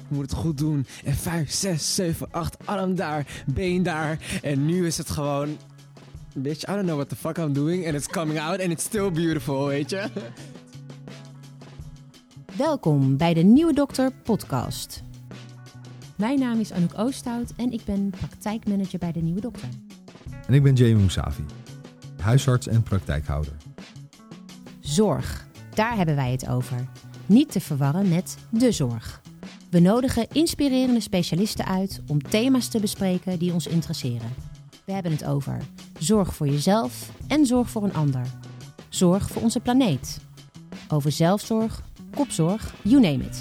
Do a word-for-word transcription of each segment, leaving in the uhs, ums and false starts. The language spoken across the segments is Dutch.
moet het goed doen. En vijf, zes, zeven, acht, arm daar, been daar. En nu is het gewoon... Bitch, I don't know what the fuck I'm doing. And it's coming out and it's still beautiful, weet je? Welkom bij de Nieuwe Dokter podcast. Mijn naam is Anouk Oosthout en ik ben praktijkmanager bij de Nieuwe Dokter. En ik ben Jamie Moussavi, huisarts en praktijkhouder. Zorg, daar hebben wij het over. Niet te verwarren met de zorg. We nodigen inspirerende specialisten uit om thema's te bespreken die ons interesseren. We hebben het over zorg voor jezelf en zorg voor een ander. Zorg voor onze planeet. Over zelfzorg, kopzorg, you name it.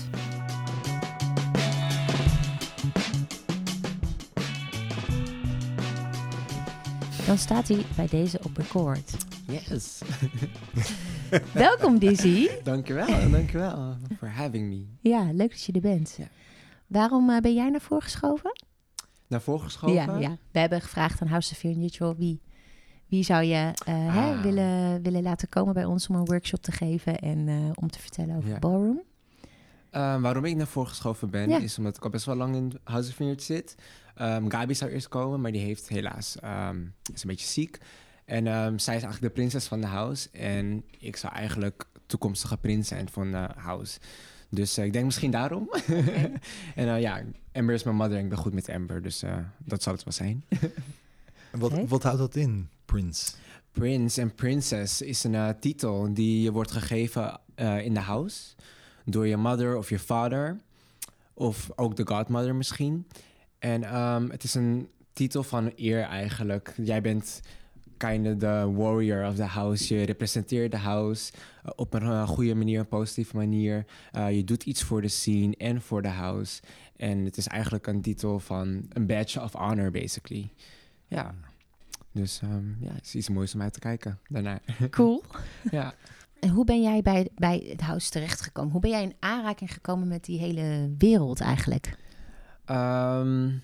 Dan staat hij bij deze op record. Yes. Welkom Dizzy. Dankjewel, dankjewel for having me. Ja, leuk dat je er bent. Ja. Waarom uh, ben jij naar voren geschoven? Naar voren geschoven? Ja, ja, we hebben gevraagd aan House of Fear Neutral wie, wie zou je uh, ah. hè, willen, willen laten komen bij ons om een workshop te geven en uh, om te vertellen over ja. ballroom. Uh, waarom ik naar voren geschoven ben, ja. is omdat ik al best wel lang in House of Vineyard zit. Um, Gabi zou eerst komen, maar die heeft helaas, um, is een beetje ziek. En um, zij is eigenlijk de prinses van de house. En ik zou eigenlijk toekomstige prins zijn van de house. Dus uh, ik denk misschien daarom. Okay. en uh, ja, Amber is mijn mother en ik ben goed met Amber. Dus uh, dat zal het wel zijn. En wat, okay. wat houdt dat in, Prince? Prince en Princess is een uh, titel die je wordt gegeven uh, in de house. Door je mother of je father. Of ook de godmother misschien. En um, het is een titel van eer eigenlijk. Jij bent kind of the warrior of the house. Je representeert de house uh, op een uh, goede manier, een positieve manier. Uh, je doet iets voor de scene en voor de house. En het is eigenlijk een titel van een badge of honor, basically. Ja. Dus um, ja, het is iets moois om uit te kijken daarna. Cool. Ja. En hoe ben jij bij, bij het house terechtgekomen? Hoe ben jij in aanraking gekomen met die hele wereld eigenlijk? Um,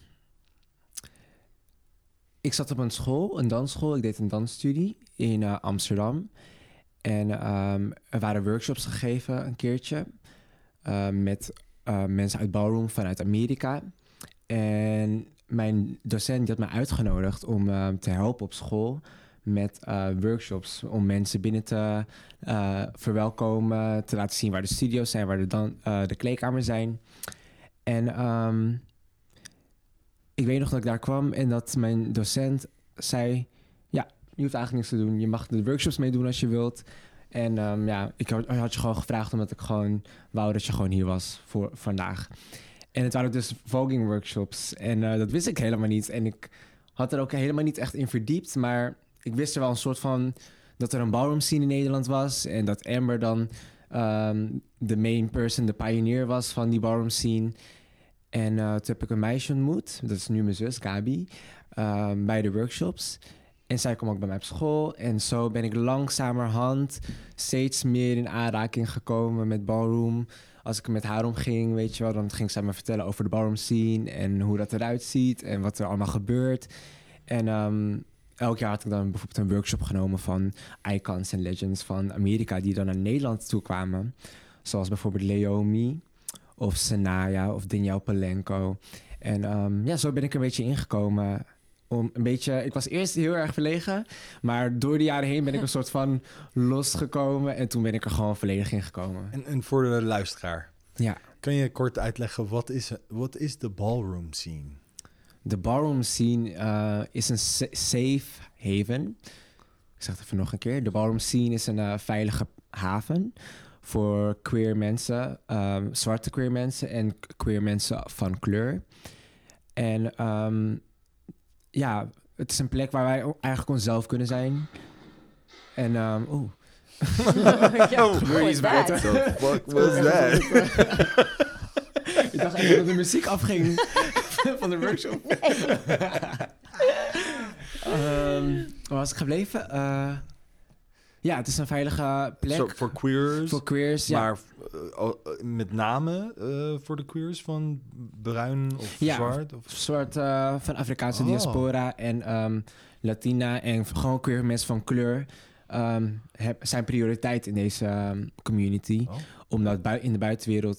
ik zat op een school, een dansschool. Ik deed een dansstudie in uh, Amsterdam. En um, er waren workshops gegeven een keertje. Uh, met uh, mensen uit ballroom vanuit Amerika. En mijn docent die had me uitgenodigd om uh, te helpen op school met uh, workshops. Om mensen binnen te uh, verwelkomen. Te laten zien waar de studio's zijn, waar de, dan, uh, de kleedkamers zijn. En um, ik weet nog dat ik daar kwam en dat mijn docent zei... Ja, je hoeft eigenlijk niks te doen. Je mag de workshops meedoen als je wilt. En um, ja, ik had, had je gewoon gevraagd omdat ik gewoon wou dat je gewoon hier was voor vandaag. En het waren dus voguing workshops. En uh, dat wist ik helemaal niet. En ik had er ook helemaal niet echt in verdiept. Maar ik wist er wel een soort van... dat er een ballroom scene in Nederland was. En dat Amber dan um, de main person, de pionier was van die ballroom scene. En uh, toen heb ik een meisje ontmoet. Dat is nu mijn zus, Gabi. Um, bij de workshops. En zij kwam ook bij mij op school. En zo ben ik langzamerhand steeds meer in aanraking gekomen met ballroom. Als ik met haar omging, weet je wel, dan ging zij me vertellen over de ballroom scene en hoe dat eruit ziet en wat er allemaal gebeurt. En um, elk jaar had ik dan bijvoorbeeld een workshop genomen van icons en legends van Amerika die dan naar Nederland toe kwamen. Zoals bijvoorbeeld Leomi of Sanaya of Danielle Palenko. En um, ja, zo ben ik een beetje ingekomen. Om een beetje, ik was eerst heel erg verlegen, maar door de jaren heen ben ik een soort van losgekomen en toen ben ik er gewoon volledig in gekomen. En, en voor de luisteraar, ja. Kan je kort uitleggen, wat is, wat is de ballroom scene? De ballroom scene uh, is een sa- safe haven. Ik zeg het even nog een keer. De ballroom scene is een uh, veilige haven voor queer mensen, um, zwarte queer mensen en queer mensen van kleur. En um, ja, het is een plek waar wij eigenlijk onszelf kunnen zijn. En um, oeh. ja, gebeurde iets buiten. What the fuck was that? Ik dacht even dat de muziek afging van de workshop. um, waar was ik gebleven? Uh, ja, het is een veilige plek. So, voor queers? Voor queers, ja. Maar uh, met name uh, voor de queers van bruin of ja, zwart? Of zwart uh, van Afrikaanse oh. diaspora en um, Latina en gewoon queer mensen van kleur. Um, heb, zijn prioriteit in deze um, community. Oh. Omdat bui- in de buitenwereld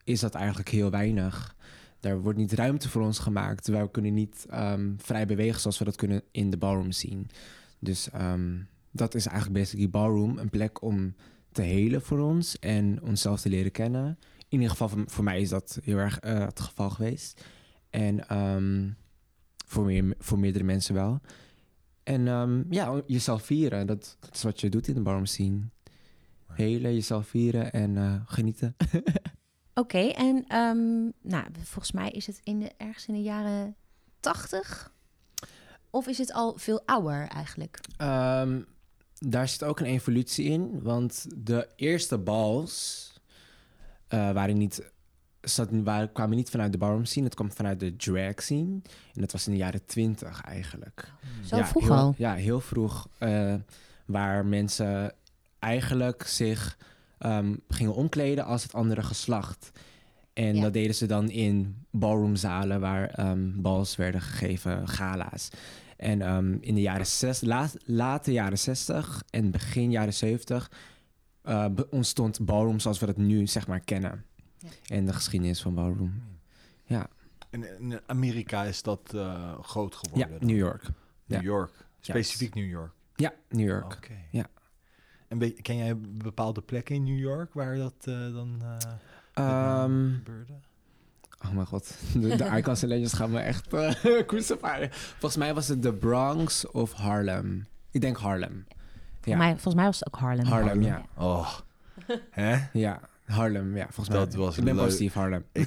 is dat eigenlijk heel weinig. Daar wordt niet ruimte voor ons gemaakt. We kunnen niet um, vrij bewegen zoals we dat kunnen in de ballroom zien. Dus um, dat is eigenlijk basically ballroom. Een plek om te helen voor ons en onszelf te leren kennen. In ieder geval voor, voor mij is dat heel erg uh, het geval geweest. En um, voor, meer, voor meerdere mensen wel. En um, ja, jezelf vieren. Dat, dat is wat je doet in de ballroom scene. Helen, jezelf vieren en uh, genieten. Oké, okay, en um, nou, volgens mij is het in de, ergens in de jaren tachtig? Of is het al veel ouder eigenlijk? Um, daar zit ook een evolutie in. Want de eerste balls uh, waren niet, zat, waren, kwamen niet vanuit de ballroom scene. Het kwam vanuit de drag scene. En dat was in de jaren twintig eigenlijk. Zo ja, vroeg heel, al? Ja, heel vroeg. Uh, waar mensen eigenlijk zich um, gingen omkleden als het andere geslacht. En ja. dat deden ze dan in ballroomzalen waar um, bals werden gegeven, gala's. En um, in de jaren zes, laat, late jaren zestig en begin jaren zeventig uh, ontstond ballroom zoals we dat nu zeg maar kennen. Ja. En de geschiedenis van ballroom. Ja. En in Amerika is dat uh, groot geworden? Ja, New York. New ja. York, specifiek yes. New York? Ja, New York. Oké. Okay. Ja. En be- ken jij bepaalde plekken in New York waar dat uh, dan uh, um, gebeurde? Oh mijn god, de, de Icons en Legends gaan me echt uh, crucifieren. Volgens mij was het de Bronx of Harlem. Ik denk Harlem. Ja. Mij, volgens mij was het ook Harlem. Harlem, Harlem. ja. Oh. Hè? Ja, Harlem, ja. Volgens dat mij. Was ik ben leuk. positief, Harlem. Ik,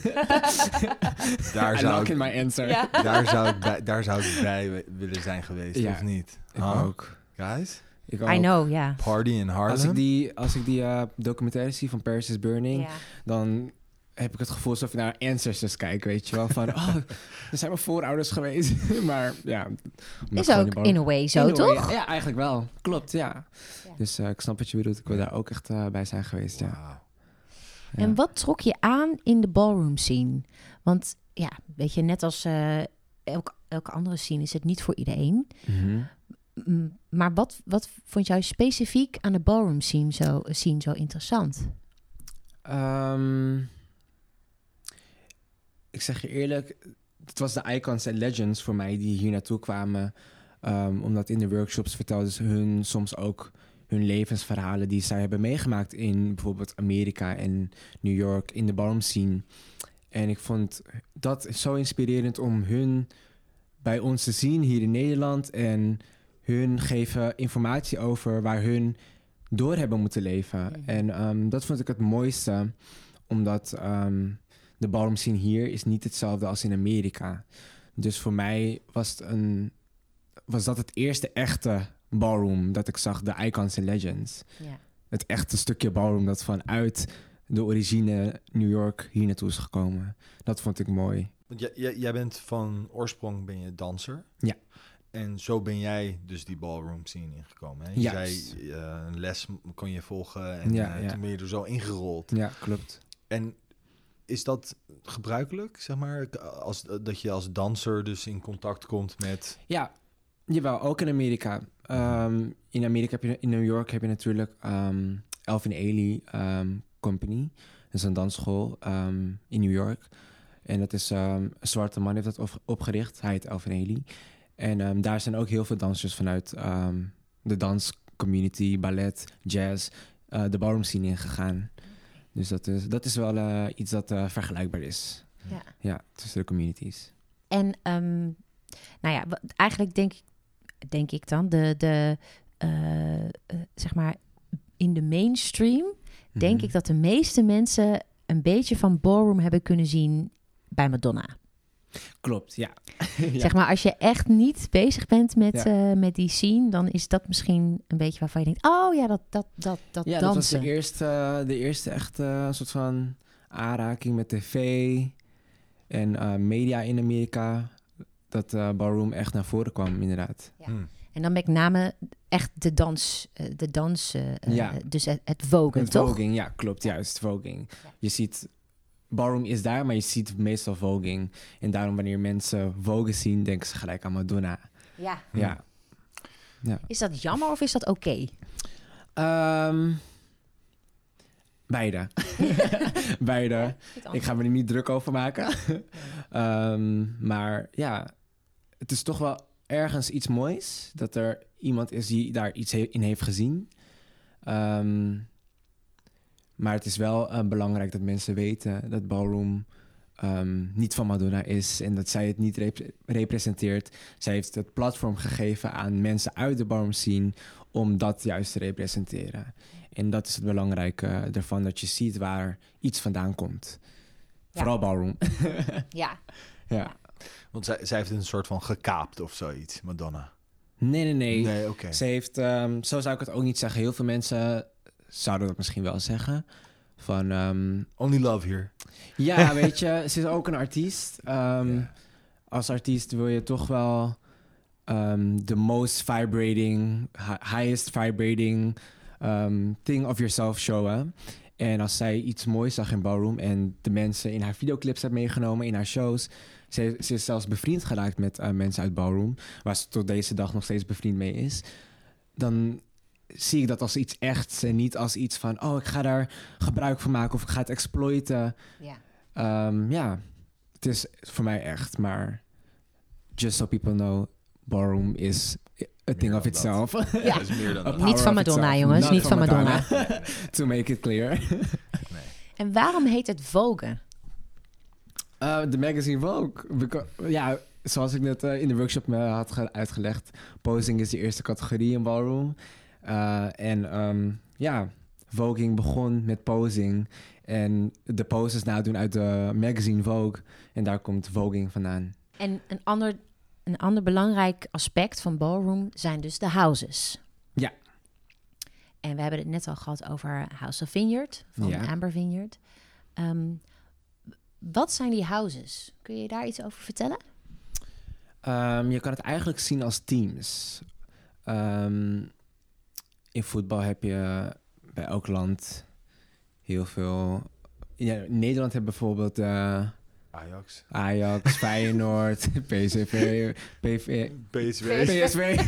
daar, zou ik, in my answer. Ja. daar, zou ik bij, daar zou ik bij willen zijn geweest, ja, of niet? Ik huh? ook. Guys? Ik ook. I know, ja. Yeah. Party in Harlem? Als ik die, als ik die uh, documentaire zie van Paris is Burning, yeah. dan heb ik het gevoel alsof je naar ancestors kijkt, weet je wel. Van, oh, er zijn mijn voorouders geweest. Maar ja. Is ook in a way zo, toch? Way, ja, eigenlijk wel. Klopt, ja. ja. Dus uh, ik snap wat je bedoelt. Ik wil daar ook echt uh, bij zijn geweest, wow. ja. Ja. En wat trok je aan in de ballroom scene? Want ja, weet je, net als uh, elke, elke andere scene is het niet voor iedereen. Mm-hmm. M- maar wat, wat vond jij specifiek aan de ballroom scene zo, scene zo interessant? Um, ik zeg je eerlijk, het was de Icons en Legends voor mij die hier naartoe kwamen. Um, omdat in de workshops vertelden ze hun soms ook hun levensverhalen die zij hebben meegemaakt in bijvoorbeeld Amerika en New York in de ballroom scene. En ik vond dat zo inspirerend om hun bij ons te zien hier in Nederland. En hun geven informatie over waar hun door hebben moeten leven. Mm-hmm. En um, dat vond ik het mooiste, omdat um, de ballroom scene hier is niet hetzelfde als in Amerika. Dus voor mij was, het een, was dat het eerste echte ballroom dat ik zag, de Icons en Legends. Yeah. Het echte stukje ballroom dat vanuit de origine New York hier naartoe is gekomen. Dat vond ik mooi. Want j- j- jij bent van oorsprong ben je danser. Ja. En zo ben jij dus die ballroom scene ingekomen. Hè? Je ja. zei, uh, een les kon je volgen en ja, uh, ja. toen ben je er zo ingerold. Ja, klopt. En is dat gebruikelijk, zeg maar, als, dat je als danser dus in contact komt met... Ja, jawel, ook in Amerika. Um, in Amerika heb je, in New York heb je natuurlijk um, Alvin Ailey um, Company. Dat is een dansschool um, in New York. En dat is um, een zwarte man heeft dat op, opgericht. Hij heet Alvin Ailey. En um, daar zijn ook heel veel dansers vanuit um, de danscommunity, ballet, jazz, uh, de ballroom scene ingegaan. Dus dat is, dat is wel uh, iets dat uh, vergelijkbaar is. Ja. Ja, tussen de communities. En um, nou ja, eigenlijk denk ik, denk ik dan, de, de uh, uh, zeg maar, in de mainstream, mm-hmm. denk ik dat de meeste mensen een beetje van ballroom hebben kunnen zien bij Madonna. Klopt, ja. ja. Zeg maar, als je echt niet bezig bent met, ja. uh, met die scene, dan is dat misschien een beetje waarvan je denkt, oh ja, dat, dat, dat, dat ja, dansen. Dat was de eerste, uh, de eerste echt uh, soort van aanraking met tv en uh, media in Amerika, dat uh, ballroom echt naar voren kwam, inderdaad. Ja. Hmm. En dan met name echt de dans, uh, de dans, uh, ja. dus het, het voguing, het toch? Voguing, ja, klopt, juist, voguing. Ja. Je ziet, ballroom is daar, maar je ziet meestal voguing. En daarom wanneer mensen voguing zien, denken ze gelijk aan Madonna. Ja. ja. ja. Is dat jammer of is dat oké? Okay? Um, Beide. Beide. Ik ga me er niet druk over maken. um, maar ja, het is toch wel ergens iets moois dat er iemand is die daar iets he- in heeft gezien. Um, maar het is wel uh, belangrijk dat mensen weten dat Ballroom um, niet van Madonna is en dat zij het niet rep- representeert. Zij heeft het platform gegeven aan mensen uit de Ballroom scene om dat juist te representeren. En dat is het belangrijke ervan, dat je ziet waar iets vandaan komt. Ja. Vooral Ballroom. ja. ja. Want zij, zij heeft een soort van gekaapt of zoiets, Madonna. Nee, nee, nee. Nee, oké. Ze heeft, um, zo zou ik het ook niet zeggen. Heel veel mensen zouden dat misschien wel zeggen. Van, um, Only love here. Ja, weet je, ze is ook een artiest. Um, yeah. Als artiest wil je toch wel um, the most vibrating, hi- highest vibrating um, thing of yourself showen. En als zij iets moois zag in Ballroom en de mensen in haar videoclips heeft meegenomen, in haar shows. Ze, ze is zelfs bevriend geraakt met uh, mensen uit Ballroom, waar ze tot deze dag nog steeds bevriend mee is. Dan zie ik dat als iets echts en niet als iets van, oh, ik ga daar gebruik van maken of ik ga het exploiten. Ja, um, ja het is voor mij echt, maar just so people know, Ballroom is a thing of itself. Ja. Ja, is meer dan dat. Niet van Madonna, jongens. Not niet van Madonna. Madonna. To make it clear. Nee. En waarom heet het Vogue? Uh, de magazine Vogue. Beca- ja, zoals ik net uh, in de workshop me had ge- uitgelegd. Posing is de eerste categorie in Ballroom. Uh, en um, ja, Voging begon met posing. En de poses nadoen uit de magazine Vogue. En daar komt Voging vandaan. En een ander, een ander belangrijk aspect van Ballroom zijn dus de houses. Ja. En we hebben het net al gehad over House of Vineyard, van Ja. Amber Vineyard. Um, wat zijn die houses? Kun je daar iets over vertellen? Um, je kan het eigenlijk zien als teams. Um, in voetbal heb je bij elk land heel veel. Ja, in Nederland hebben bijvoorbeeld uh, Ajax. Ajax, Feyenoord, P S V, P V, P S V. P S V.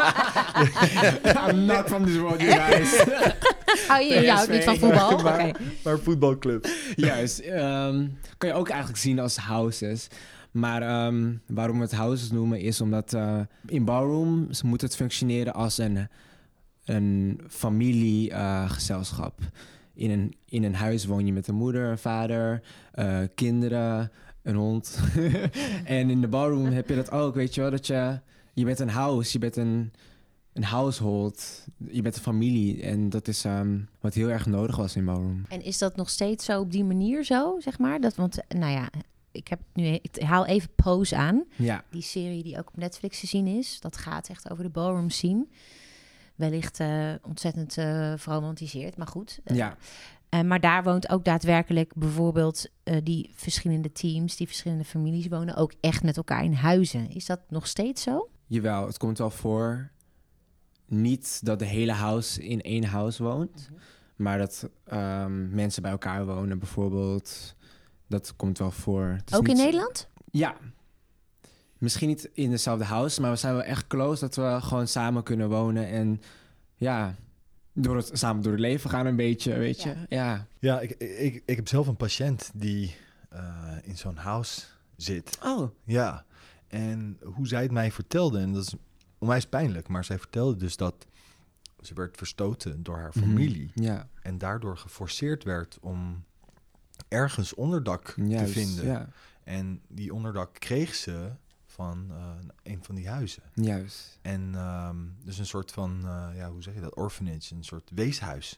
I'm not from this world, you guys. Oh, je, je houdt niet van voetbal? Oké. maar, Okay. maar voetbalclub. Juist. Um, kan je ook eigenlijk zien als houses. Maar um, waarom we het houses noemen is omdat uh, in Ballroom moet het functioneren als een, een familiegezelschap. Uh, in, een, in een huis woon je met een moeder, een vader, uh, kinderen, een hond. En in de Ballroom heb je dat ook, weet je wel, dat je, je bent een house, je bent een, een household, je bent een familie. En dat is um, wat heel erg nodig was in Ballroom. En is dat nog steeds zo op die manier zo, zeg maar? Dat, want, nou ja, ik heb nu, ik haal even Pose aan. Ja. Die serie die ook op Netflix te zien is. Dat gaat echt over de Ballroom scene. Wellicht uh, ontzettend uh, verromantiseerd, maar goed. Uh, Ja. Uh, maar daar woont ook daadwerkelijk bijvoorbeeld uh, die verschillende teams, die verschillende families wonen ook echt met elkaar in huizen. Is dat nog steeds zo? Jawel, het komt wel voor. Niet dat de hele house in één house woont, mm-hmm. maar dat um, mensen bij elkaar wonen bijvoorbeeld. Dat komt wel voor. Het is ook niet in zo... Nederland? Ja. Misschien niet in dezelfde house, maar we zijn wel echt close dat we gewoon samen kunnen wonen en ja, door het, samen door het leven gaan een beetje, weet je. Ja, ja. ja ik, ik, ik heb zelf een patiënt die uh, in zo'n house zit. Oh. Ja, en hoe zij het mij vertelde, en dat is onwijs pijnlijk, maar zij vertelde dus dat ze werd verstoten door haar familie. Mm-hmm. Ja. En daardoor geforceerd werd om ergens onderdak Juist, te vinden. Ja. En die onderdak kreeg ze van uh, een van die huizen. Juist. En um, dus een soort van, uh, ja, hoe zeg je dat? Orphanage, een soort weeshuis.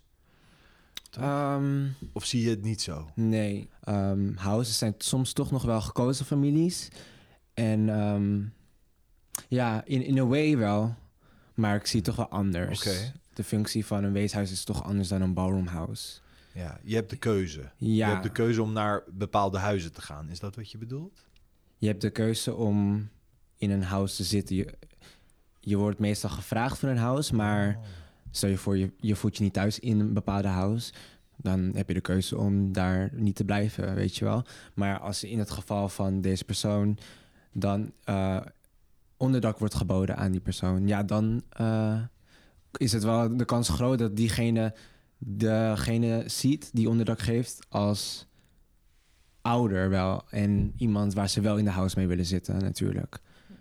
Um, of zie je het niet zo? Nee. Um, houses zijn soms toch nog wel gekozen families. En um, ja, in, in a way wel. Maar ik zie het toch wel anders. Okay. De functie van een weeshuis is toch anders dan een ballroom house. Ja, je hebt de keuze. Ja. Je hebt de keuze om naar bepaalde huizen te gaan. Is dat wat je bedoelt? Je hebt de keuze om in een house te zitten. Je, je wordt meestal gevraagd voor een house, maar oh. stel je voor, je, je voelt je niet thuis in een bepaalde house, dan heb je de keuze om daar niet te blijven, weet je wel. Maar als in het geval van deze persoon dan uh, onderdak wordt geboden aan die persoon, ja, dan uh, is het wel de kans groot dat diegene degene ziet die onderdak geeft als ouder wel. En iemand waar ze wel in de house mee willen zitten, natuurlijk.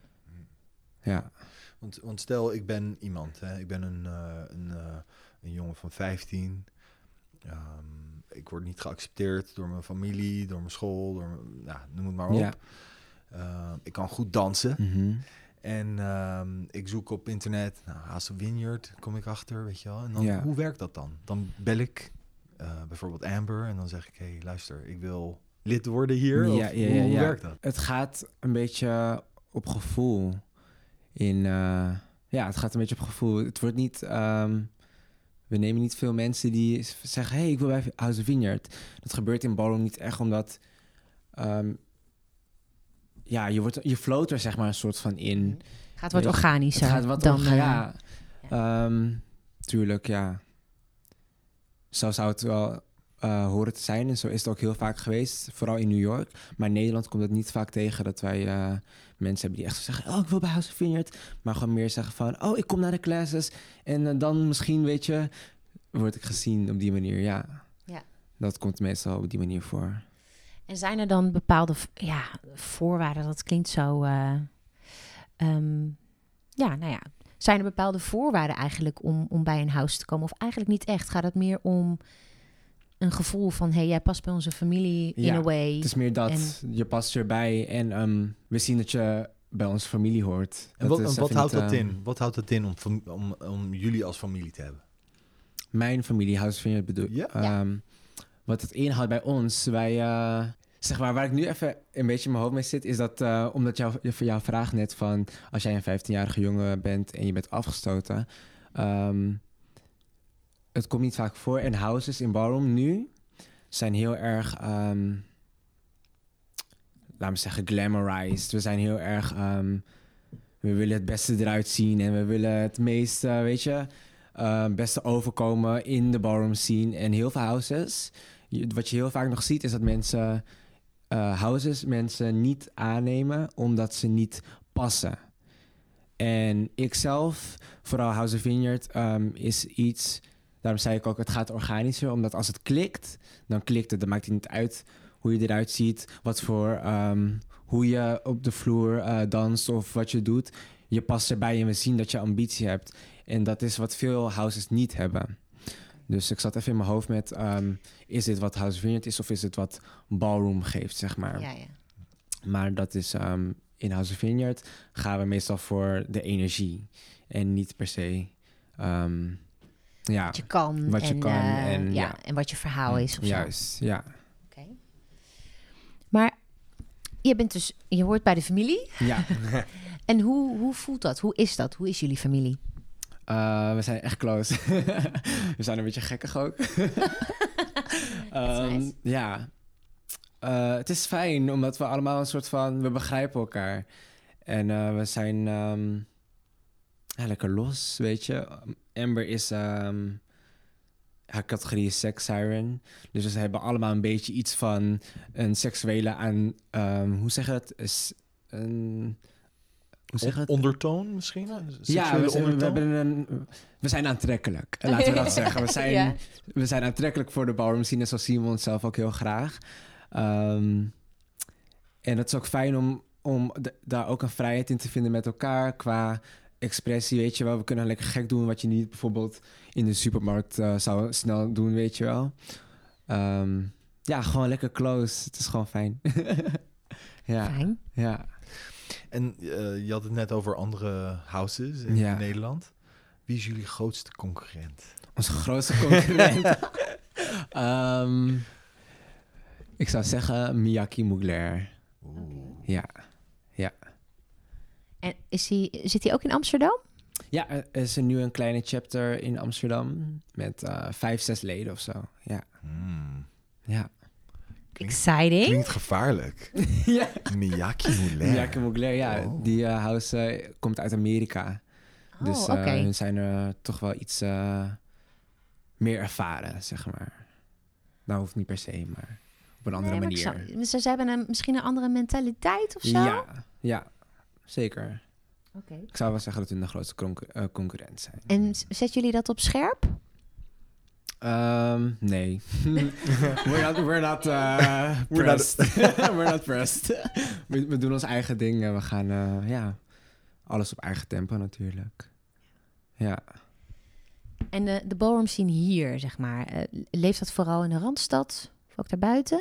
Ja. Want, want stel, ik ben iemand. Hè? Ik ben een, uh, een, uh, een jongen van vijftien. Um, ik word niet geaccepteerd door mijn familie, door mijn school, door mijn, nou, noem het maar op. Ja. Uh, ik kan goed dansen. Mm-hmm. En um, ik zoek op internet, nou, House of Vineyard, kom ik achter, weet je wel. En dan, ja. hoe werkt dat dan? Dan bel ik uh, bijvoorbeeld Amber en dan zeg ik, hé, hey, luister, ik wil lid worden hier. Ja, of, ja, ja, hoe, ja, hoe ja. werkt dat? Het gaat een beetje op gevoel. In, uh, ja, het gaat een beetje op gevoel. Het wordt niet... Um, we nemen niet veel mensen die zeggen, hey, ik wil bij House of Vineyard. Dat gebeurt in ballroom niet echt, omdat... Um, ja, je, wordt, je float er zeg maar een soort van in. Gaat wat organischer. Het gaat wat dan... orga- ja, ja. Um, tuurlijk, ja. Zo zou het wel uh, horen te zijn. En zo is het ook heel vaak geweest. Vooral in New York. Maar in Nederland komt het niet vaak tegen dat wij uh, mensen hebben die echt zeggen, oh, ik wil bij House of Vineyard. Maar gewoon meer zeggen van, oh, ik kom naar de classes. En uh, dan misschien, weet je, word ik gezien op die manier. Ja. ja. Dat komt meestal op die manier voor. En zijn er dan bepaalde ja, voorwaarden? Dat klinkt zo... Uh, um, ja, nou ja. Zijn er bepaalde voorwaarden eigenlijk om, om bij een house te komen? Of eigenlijk niet echt? Gaat het meer om een gevoel van... hey, jij past bij onze familie in ja, a way? Het is meer dat. En... Je past erbij en um, we zien dat je bij onze familie hoort. En wat, is wat houdt niet, dat uh, in? Wat houdt het in om, om, om jullie als familie te hebben? Mijn familie, House of Vineyard bedoel ja. um, Wat het inhoudt bij ons, wij... Uh, zeg maar, waar ik nu even een beetje in mijn hoofd mee zit... is dat, uh, omdat jou, voor jouw vraag net van... als jij een vijftienjarige jongen bent en je bent afgestoten... Um, het komt niet vaak voor. En houses in ballroom nu zijn heel erg... Um, laten we zeggen, glamorized. We zijn heel erg... Um, we willen het beste eruit zien... en we willen het meest, uh, weet je... Uh, beste overkomen in de ballroom scene. En heel veel houses... Je, wat je heel vaak nog ziet, is dat mensen... Uh, houses mensen niet aannemen omdat ze niet passen. En ikzelf, vooral House of Vineyard, um, is iets... Daarom zei ik ook, het gaat organischer. Omdat als het klikt, dan klikt het. Dan maakt het niet uit hoe je eruit ziet. Wat voor... Um, hoe je op de vloer uh, danst of wat je doet. Je past erbij en we zien dat je ambitie hebt. En dat is wat veel houses niet hebben. Dus ik zat even in mijn hoofd met... Um, is dit wat House of Vineyard is of is het wat ballroom geeft, zeg maar. Ja, ja. Maar dat is... Um, in House of Vineyard gaan we meestal voor de energie. En niet per se... Um, ja, wat je kan. Wat je en, kan uh, en, ja, ja. en wat je verhaal is. Of Juist, zo. ja. Oké. Okay. Maar je bent dus... Je hoort bij de familie. Ja. En hoe, hoe voelt dat? Hoe is dat? Hoe is jullie familie? Uh, we zijn echt close. We zijn een beetje gekkig ook. um, nice. Ja. Uh, het is fijn, omdat we allemaal een soort van... We begrijpen elkaar. En uh, we zijn um, ja, lekker los, weet je. Amber is... Um, haar categorie is sex siren. Dus we hebben allemaal een beetje iets van... een seksuele aan... Um, hoe zeg je dat? Is een... Hoe zeg je het? Ondertoon misschien? Ja, we zijn, we, hebben een, we zijn aantrekkelijk. Laten we dat zeggen. We zijn, ja. we zijn aantrekkelijk voor de ballroom scene. Zo zien we onszelf ook heel graag. Um, en het is ook fijn om, om d- daar ook een vrijheid in te vinden met elkaar. Qua expressie, weet je wel. We kunnen lekker gek doen wat je niet bijvoorbeeld in de supermarkt uh, zou snel doen, weet je wel. Um, ja, gewoon lekker close. Het is gewoon fijn. Ja. Fijn. Ja. En uh, je had het net over andere houses in ja. Nederland. Wie is jullie grootste concurrent? Onze grootste concurrent? um, ik zou zeggen Miyake Mugler. Oeh. Ja, ja. En is hij, zit hij ook in Amsterdam? Ja, er is er nu een kleine chapter in Amsterdam met uh, vijf, zes leden of zo. Ja. Hmm. Ja. Klinkt, Exciting. Klinkt gevaarlijk. Ja. Miyake Mugler. Miyake Mugler, ja. Oh. Die uh, house uh, komt uit Amerika. Oh, dus uh, okay. hun zijn er uh, toch wel iets uh, meer ervaren, zeg maar. Nou, hoeft niet per se, maar op een andere nee, manier. Zou, ze, ze hebben een, misschien een andere mentaliteit of zo? Ja, ja zeker. Okay. Ik zou wel zeggen dat hun de grootste concur- uh, concurrent zijn. En zetten jullie dat op scherp? Um, nee. we're not, we're not uh, We're pressed. we're not pressed. we, we doen ons eigen ding en we gaan uh, ja, alles op eigen tempo natuurlijk. Ja. En de, de ballroom scene hier, zeg maar, uh, leeft dat vooral in de Randstad of ook daarbuiten?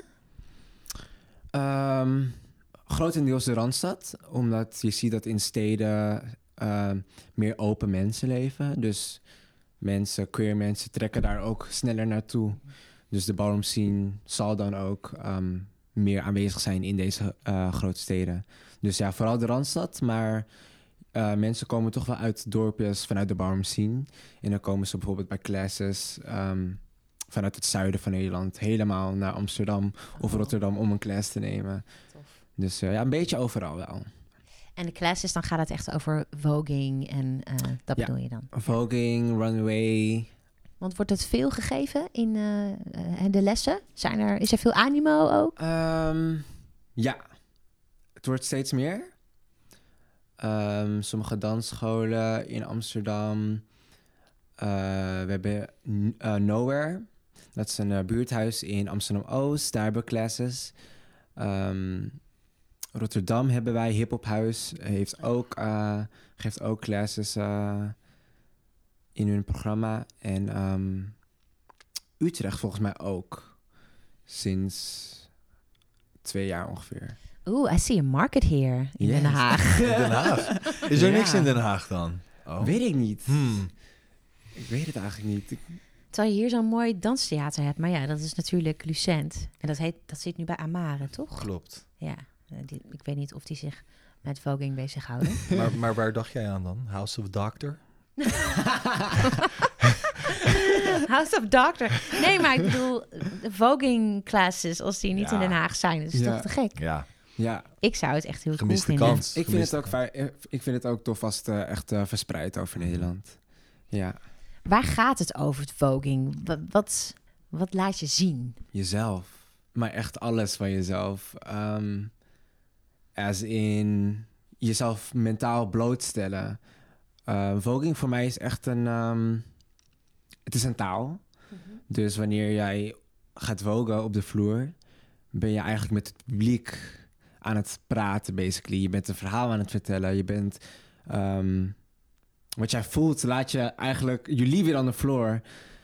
Um, grotendeels de Randstad, omdat je ziet dat in steden uh, meer open mensen leven. Dus mensen, queer mensen trekken daar ook sneller naartoe. Dus de ballroom scene zal dan ook um, meer aanwezig zijn in deze uh, grote steden. Dus ja, vooral de Randstad, maar uh, mensen komen toch wel uit dorpjes vanuit de ballroom scene. En dan komen ze bijvoorbeeld bij classes um, vanuit het zuiden van Nederland helemaal naar Amsterdam of Rotterdam om een class te nemen. Tof. Dus uh, ja, een beetje overal wel. En de classes, dan gaat het echt over voging en uh, dat Ja. bedoel je dan? Voging, runway. Want wordt het veel gegeven in uh, uh, de lessen? Zijn er, is er veel animo ook? Um, ja, het wordt steeds meer. Um, sommige dansscholen in Amsterdam. Uh, we hebben uh, Nowhere. Dat is een uh, buurthuis in Amsterdam-Oost. Daar hebben we classes. Um, Rotterdam hebben wij Hip Hop Huis. Heeft ook, uh, geeft ook classes uh, in hun programma. En um, Utrecht volgens mij ook. Sinds twee jaar ongeveer. Oeh, I see a market here in Yes. Den Haag. In Den Haag. Is er Ja. niks in Den Haag dan? Oh. Weet ik niet. Hmm. Ik weet het eigenlijk niet. Ik- Terwijl je hier zo'n mooi danstheater hebt. Maar ja, dat is natuurlijk Lucent. En dat, heet, dat zit nu bij Amare, toch? Klopt. Ja, uh, die, ik weet niet of die zich met voging bezighouden. Maar, maar waar dacht jij aan dan? House of Doctor? House of Doctor. Nee, maar ik bedoel, de voging classes, als die niet Ja. in Den Haag zijn, dat is Ja. toch te gek? Ja, ja, Ik zou het echt heel cool gemiste vinden. kans. ik vind, Gemiste het ook kans. fijn, ik vind het ook tof als het uh, echt uh, verspreid over Nederland. Ja, Waar gaat het over, het voging? Wat, wat, wat laat je zien? jezelf. Maar echt alles van jezelf. Um, as in jezelf mentaal blootstellen. Uh, voging voor mij is echt een... Um, het is een taal. Dus wanneer jij gaat vogen op de vloer, ben je eigenlijk met het publiek aan het praten, basically. Je bent een verhaal aan het vertellen. Je bent... Um, wat jij voelt, laat je eigenlijk... You leave it on the floor.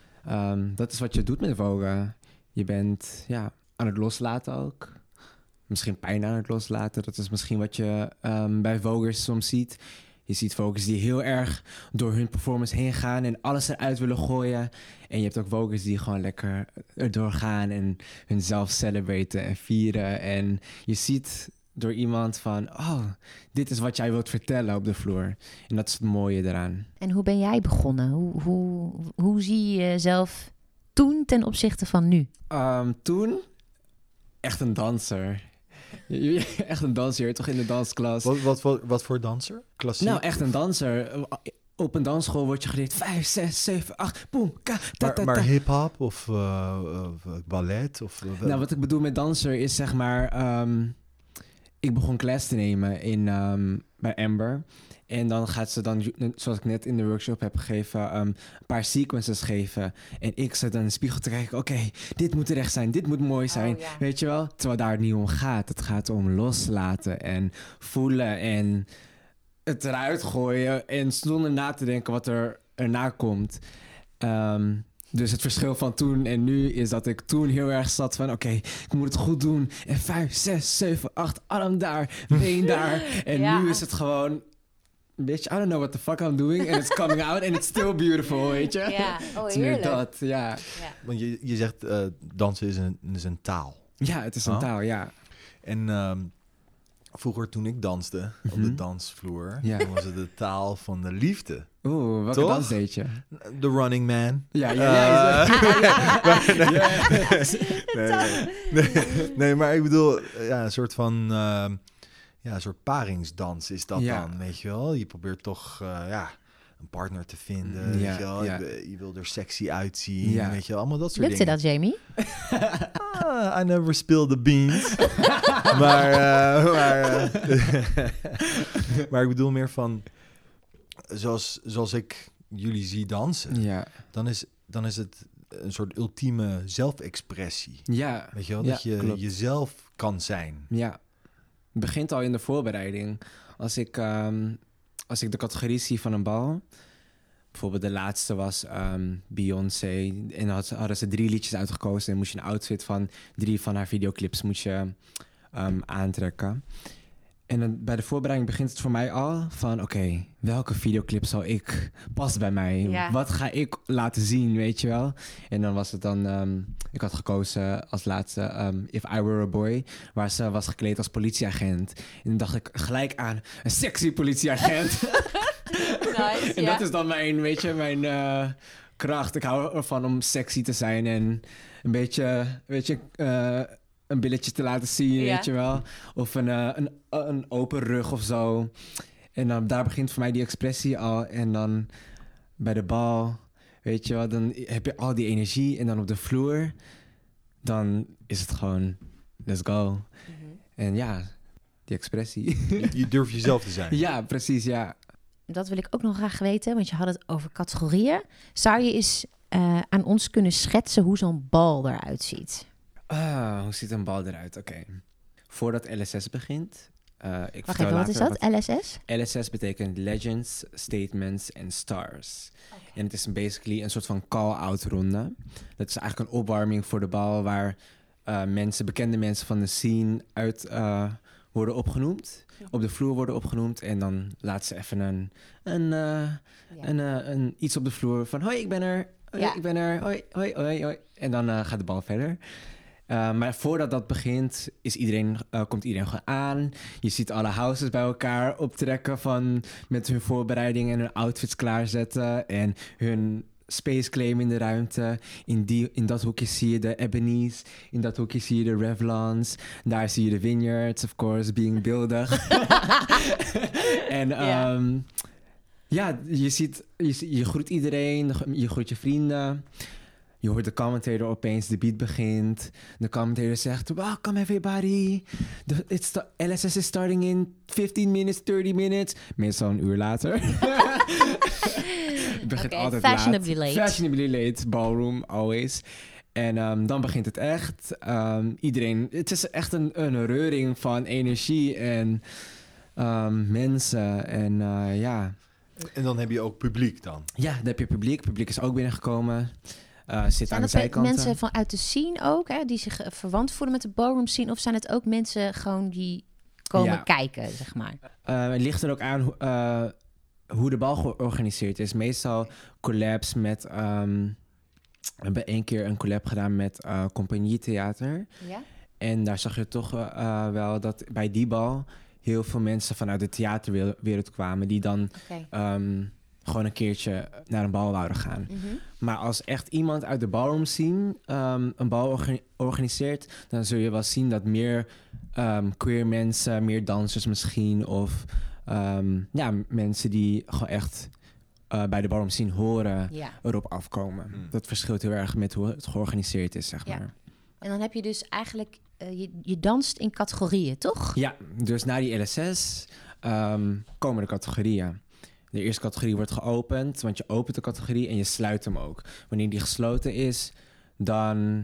Um, dat is wat je doet met vogen. Je bent ja, aan het loslaten ook. Misschien pijn aan het loslaten. Dat is misschien wat je um, bij vogers soms ziet. Je ziet vogers die heel erg door hun performance heen gaan en alles eruit willen gooien. En je hebt ook vogers die gewoon lekker erdoor gaan en hunzelf celebraten en vieren. En je ziet door iemand van, oh, dit is wat jij wilt vertellen op de vloer. En dat is het mooie eraan. En hoe ben jij begonnen? Hoe, hoe, hoe zie je jezelf toen ten opzichte van nu? Um, toen echt een danser. Je- je- echt een danser, toch in de dansklas. Wat, wat, wat, wat voor danser? Klassiek? Nou, echt een danser. Op een dansschool word je geleerd vijf, zes, zeven, acht, boem, ka, ta, Maar, ta, maar ta. hip-hop of, uh, of ballet? Of, uh, Nou, wat ik bedoel met danser is zeg maar... Um, ik begon les te nemen in, um, bij Amber. En dan gaat ze dan, zoals ik net in de workshop heb gegeven... Um, een paar sequences geven. En ik zat dan in de spiegel te kijken... Oké, okay, dit moet terecht zijn, dit moet mooi zijn. Oh, ja. Weet je wel? Terwijl daar het niet om gaat. Het gaat om loslaten en voelen en het eruit gooien. En zonder na te denken wat er erna komt. Um, Dus het verschil van toen en nu is dat ik toen heel erg zat van... oké, okay, ik moet het goed doen. En vijf, zes, zeven, acht, arm daar, been daar. En Ja. nu is het gewoon... Bitch, I don't know what the fuck I'm doing. And it's coming out and it's still beautiful, weet je? Ja, oh Het is meer dat, ja. Want je, je zegt uh, dansen is een, is een taal. Ja, het is een Oh. taal, ja. En um, vroeger toen ik danste op de Mhm. dansvloer... Ja. dan was het de taal van de liefde. Oeh, welke Toch? dans deed je? The Running Man. Ja, ja, ja. Uh, ja, ja. nee, nee, nee, nee, maar ik bedoel, ja, een soort van... Uh, ja, een soort paringsdans is dat Ja. dan, weet je wel? Je probeert toch, uh, ja... een partner te vinden, Ja, weet je wel? ja. Je, je wil er sexy uitzien, Ja. weet je wel? Allemaal dat soort Lukte dingen. dat, Jamie? Ah, I never spilled the beans. maar, uh, maar, uh, maar ik bedoel meer van... Zoals, zoals ik jullie zie dansen, Ja, dan is, dan is het een soort ultieme zelfexpressie. Ja, Weet je wel, ja, dat je klopt. jezelf kan zijn. Ja, het begint al in de voorbereiding. Als ik, um, als ik de categorie zie van een bal... Bijvoorbeeld de laatste was um, Beyoncé. En dan had, hadden ze drie liedjes uitgekozen. En moest je een outfit van drie van haar videoclips moet je, um, aantrekken. En dan bij de voorbereiding begint het voor mij al van... Oké, okay, welke videoclip zal ik... Past bij mij? Ja. Wat ga ik laten zien, weet je wel? En dan was het dan... Um, ik had gekozen als laatste um, If I Were a Boy... waar ze was gekleed als politieagent. En dan dacht ik gelijk aan een sexy politieagent... Nice, en ja. dat is dan mijn, weet je, mijn uh, kracht. Ik hou ervan om sexy te zijn en een beetje, weet je, uh, een billetje te laten zien, Ja. weet je wel. Of een, uh, een, een open rug of zo. En dan daar begint voor mij die expressie al. En dan bij de bal, weet je wel, dan heb je al die energie. En dan op de vloer, dan is het gewoon, let's go. Mm-hmm. En ja, die expressie. Je, je durft jezelf te zijn. Ja, precies, ja. Dat wil ik ook nog graag weten, want je had het over categorieën. Zou je eens uh, aan ons kunnen schetsen hoe zo'n bal eruit ziet? Ah, hoe ziet een bal eruit? Oké. Okay. Voordat L S S begint... Uh, ik Wacht even, wat is dat? Wat... L S S? L S S betekent Legends, Statements en Stars. Okay. En het is basically een soort van call-out ronde. Dat is eigenlijk een opwarming voor de bal... waar uh, mensen, bekende mensen van de scene uit... Uh, worden opgenoemd, op de vloer worden opgenoemd... en dan laat ze even een, een, uh, ja. een, uh, een iets op de vloer van... hoi, ik ben er, hoi, ja. ik ben er, hoi, hoi, hoi, hoi. En dan uh, gaat de bal verder. Uh, maar voordat dat begint, is iedereen, uh, komt iedereen gewoon aan. Je ziet alle houses bij elkaar optrekken... van met hun voorbereidingen en hun outfits klaarzetten... en hun... space claim in de ruimte. In, die, in dat hoekje zie je de Ebony's. In dat hoekje zie je de Revlons. Daar zie je de Vineyards, of course, being beeldig. en yeah. um, ja, je ziet, je, je groet iedereen, je groet je vrienden. Je hoort de commentator opeens, de beat begint. De commentator zegt, welcome everybody. The, it's the, L S S is starting in fifteen minutes, thirty minutes. Meestal een uur later. Het begint okay, altijd fashionably laat. late. Fashionably late, ballroom, always. En um, dan begint het echt. Um, iedereen, het is echt een, een reuring van energie en um, mensen. En uh, ja. En dan heb je ook publiek dan? Ja, dan heb je publiek. Publiek is ook binnengekomen. Uh, zit zijn aan de dat zijkanten. mensen vanuit de scene ook, hè, die zich verwant voelen met de ballroom scene? Of zijn het ook mensen gewoon die komen ja. kijken, zeg maar? Uh, het ligt er ook aan uh, hoe de bal georganiseerd is. Meestal collabs met... Um, we hebben één keer een collab gedaan met uh, Compagnietheater. Ja? En daar zag je toch uh, wel dat bij die bal... heel veel mensen vanuit de theaterwereld kwamen... die dan okay. um, gewoon een keertje naar een bal wouden gaan. Mm-hmm. Maar als echt iemand uit de ballroom scene um, een bal orga- organiseert... dan zul je wel zien dat meer um, queer mensen, meer dansers misschien... of um, ja, mensen die gewoon echt uh, bij de ballroom scene horen ja. erop afkomen. Mm. Dat verschilt heel erg met hoe het georganiseerd is, zeg ja. maar. En dan heb je dus eigenlijk... Uh, je, je danst in categorieën, toch? Ja, dus na die L S S um, komen de categorieën. De eerste categorie wordt geopend, want je opent de categorie en je sluit hem ook. Wanneer die gesloten is, dan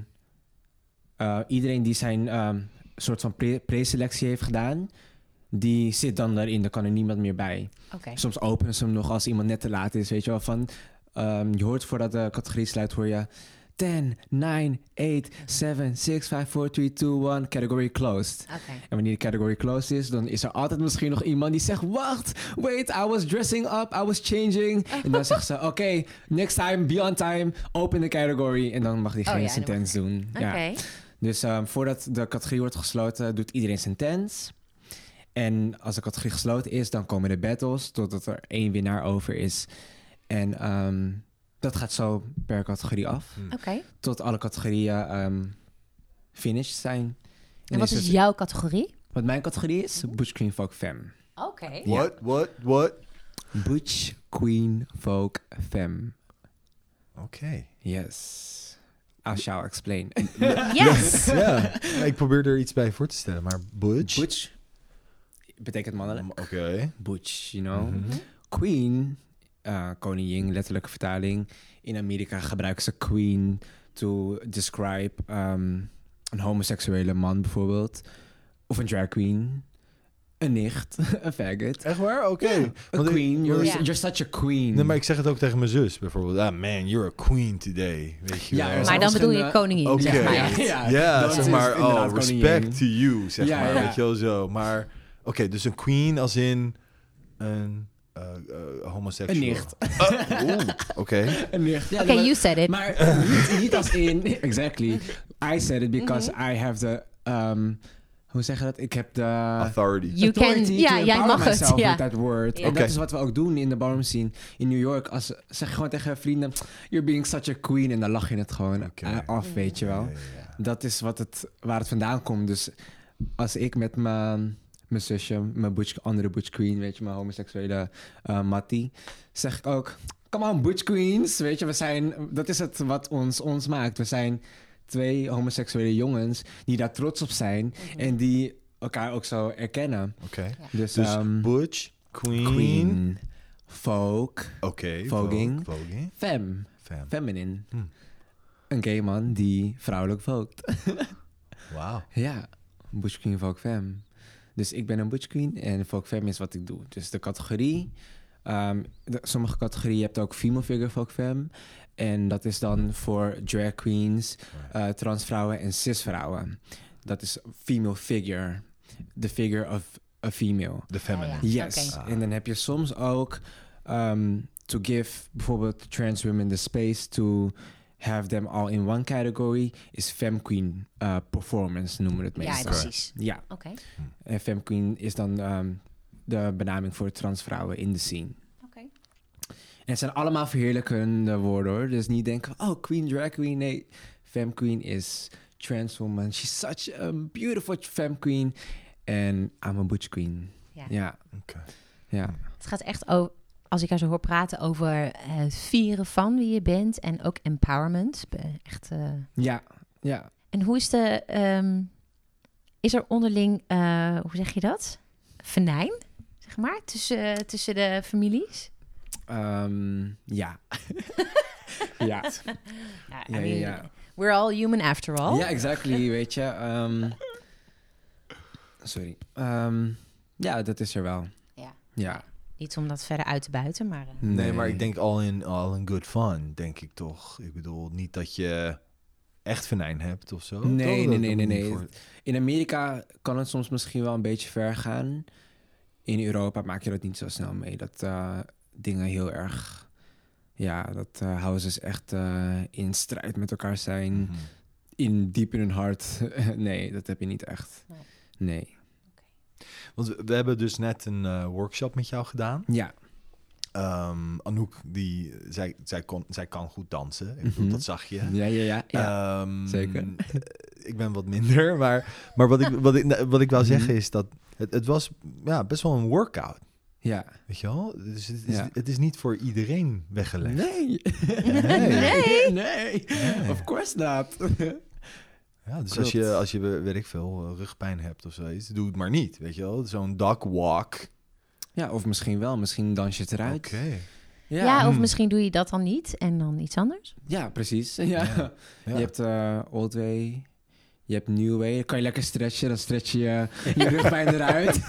uh, iedereen die zijn um, soort van pre- preselectie heeft gedaan, die zit dan daarin, daar kan er niemand meer bij. Okay. Soms openen ze hem nog als iemand net te laat is, weet je wel. Van, um, je hoort voordat de categorie sluit, hoor je ten, nine, eight, seven, six, five, four, three, two, one, category closed. Okay. En wanneer de category closed is, dan is er altijd misschien nog iemand die zegt, wacht, wait, I was dressing up, I was changing. En dan zegt ze, oké, okay, next time, be on time, open the category. En dan mag diegene oh, ja, zijn tens doen. Okay. Ja. Dus um, voordat de categorie wordt gesloten, doet iedereen zijn tens. En als de categorie gesloten is, dan komen de battles, totdat er één winnaar over is. En um, dat gaat zo per categorie af. Oké. Okay. Tot alle categorieën um, finished zijn. En, en wat is, is jouw categorie? Wat mijn categorie is? Butch, Queen, Folk, Femme. Oké. Okay. What, ja. what, what? Butch, Queen, Folk, Femme. Oké. Okay. Yes. I shall explain. Yes! Ja, ik probeer er iets bij voor te stellen, maar Butch? Butch betekent mannelijk. Oké. Okay. Butch, you know. Mm-hmm. Queen uh, koningin, letterlijke vertaling. In Amerika gebruiken ze queen to describe um, een homoseksuele man bijvoorbeeld. Of een drag queen. Een nicht, een faggot. Echt waar? Oké. Okay. Ja, a queen, ik, you're, ja. you're such a queen. Nee, maar ik zeg het ook tegen mijn zus bijvoorbeeld. Ah man, you're a queen today. Weet je Ja, wel. er Maar dan bedoel je koningin, Oké. zeg maar. Ja, ja, Ja, dat zeg is maar, inderdaad oh, koningin. respect to you, zeg Ja, maar. ja. Weet je wel zo. Maar, oké, okay, dus een queen als in een uh, uh, homoseksueel. Een nicht. Uh, Oké. Okay. Een nicht. Ja, Oké, maar- you said it. Maar uh, niet, niet als in... Exactly. I said it because Mhm. I have the... Um, hoe zeg je dat? Ik heb de... Authority. You can- authority ja, to jij empower mag het, myself ja. with that word. Ja. En Oké. dat is wat we ook doen in de ballroom scene in New York. Als zeg je gewoon tegen vrienden... You're being such a queen. En dan lach je het gewoon Oké. uh, af, weet je wel. Ja, ja, ja. Dat is wat het, waar het vandaan komt. Dus als ik met mijn, mijn zusje, mijn butch, andere butch queen, weet je, mijn homoseksuele uh, mattie, zeg ik ook, come on butch queens, weet je, we zijn, dat is het wat ons, ons maakt. We zijn twee homoseksuele jongens die daar trots op zijn en die elkaar ook zo erkennen. Oké. Ja. Dus, Dus um, butch, queen. queen, folk, Oké. Okay, Voging. Voging. femme, Fam. feminine. Hm. Een gay man die vrouwelijk vogt. Wauw. Ja, butch queen, folk femme. Dus ik ben een butch queen en folk femme is wat ik doe. Dus de categorie, um, de, sommige categorieën, je hebt ook female figure folk femme. En dat is dan voor drag queens, uh, transvrouwen en cisvrouwen. Dat is female figure, the figure of a female. De feminine. Ja. Yes. Oké. En dan heb je soms ook um, to give bijvoorbeeld trans women the space to have them all in one category is femme queen uh, performance noemen we het Ja, meestal. precies. Ja, Oké. en femme queen is dan um, de benaming voor transvrouwen in de scene. Oké. En het zijn allemaal verheerlijkende woorden hoor. Dus niet denken, oh queen, drag queen. Nee, femme queen is trans woman. She's such a beautiful femme queen. En I'm a butch queen. Ja. Ja, Oké. ja. Het gaat echt over, als ik jou zo hoor praten, over uh, het vieren van wie je bent en ook empowerment. Be- Echt. Uh... Ja, ja. En hoe is de, um, is er onderling, uh, hoe zeg je dat? Venijn, zeg maar, tussen, uh, tussen de families? Um, ja. ja. Ja, I Ja, ja, mean, ja. we're all human after all. Ja, exactly, weet je. Um, sorry. Um, ja, dat is er wel. Ja. Ja. Niet om dat verder uit te buiten, maar... Uh, Nee, maar ik denk all in, all in good fun, denk ik toch. Ik bedoel, niet dat je echt venijn hebt of zo. Nee, Toch? nee, Dat- nee, nee, dat nee. voor- In Amerika kan het soms misschien wel een beetje ver gaan. In Europa maak je dat niet zo snel mee. Dat uh, dingen heel erg... Ja, dat uh, houses echt uh, in strijd met elkaar zijn. Mhm. In diep in hun hart. Nee, dat heb je niet echt. Nee. Nee. Want we, we hebben dus net een uh, workshop met jou gedaan. Ja. Um, Anouk, die, zij, zij, kon, zij kan goed dansen. Ik bedoel, Mhm. dat zag je. Ja, ja, ja. ja. Ehm, zeker. eh, Ik ben wat minder, maar, maar wat, ik, wat, ik, wat ik wou Mhm. zeggen is dat het, het was ja, best wel een workout. ja. Weet je wel? Dus het is, Ja. het is niet voor iedereen weggelegd. Nee. Nee. nee. Nee. Of course not. Ja, dus Klopt. als je, als je, weet ik veel, eh, rugpijn hebt of zoiets, doe het maar niet, weet je wel? Zo'n duck walk. Ja, of misschien wel. Misschien dans je het Oké. eruit. ja, Ja, of Hmm. misschien doe je dat dan niet en dan iets anders. ja, precies. Ja. Ja. Je hebt uh, Old Way. Je hebt New Way. Dan kan je lekker stretchen. Dan stretch je je, je rugpijn eruit.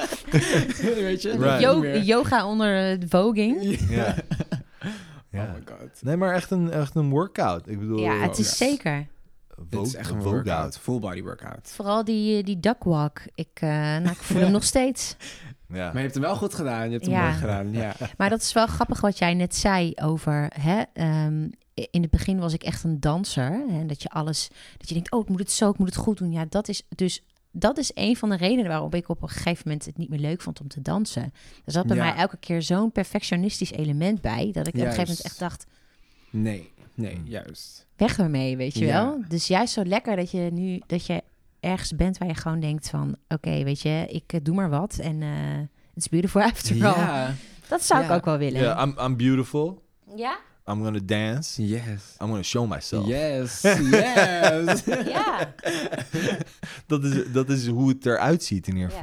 Weet je? Right. Yo- Niet meer. yoga onder uh, voging. Ja. Oh Ja. my god. Nee, maar echt een, echt een workout. Ik bedoel, Ja, het is yes. zeker. Het is echt een vogue workout. Full body workout. Vooral die, die duckwalk. Ik, uh, nou, ik voel hem nog steeds. Ja. Maar je hebt hem wel goed gedaan. Je hebt hem Ja. mooi gedaan. Ja. Maar dat is wel grappig wat jij net zei over... Hè, um, in het begin was ik echt een danser. Hè, dat je alles... Dat je denkt, oh, ik moet het zo, ik moet het goed doen. Ja, dat is dus... Dat is een van de redenen waarom ik op een gegeven moment het niet meer leuk vond om te dansen. Er zat bij Ja. mij elke keer zo'n perfectionistisch element bij... dat ik op een gegeven moment Juist. echt dacht... Nee, nee, Hmm. juist. weg ermee, weet je Ja. wel. Dus juist zo lekker dat je nu... dat je ergens bent waar je gewoon denkt van... oké, okay, weet je, ik uh, doe maar wat en uh, it's beautiful after all. Ja. Dat zou ik Ja. ook wel willen. Ja, I'm, I'm beautiful. Ja? I'm gonna dance. Yes. I'm gonna show myself. Yes. Yes. Ja. Dat is, dat is hoe het eruit ziet in ieder Ja. geval.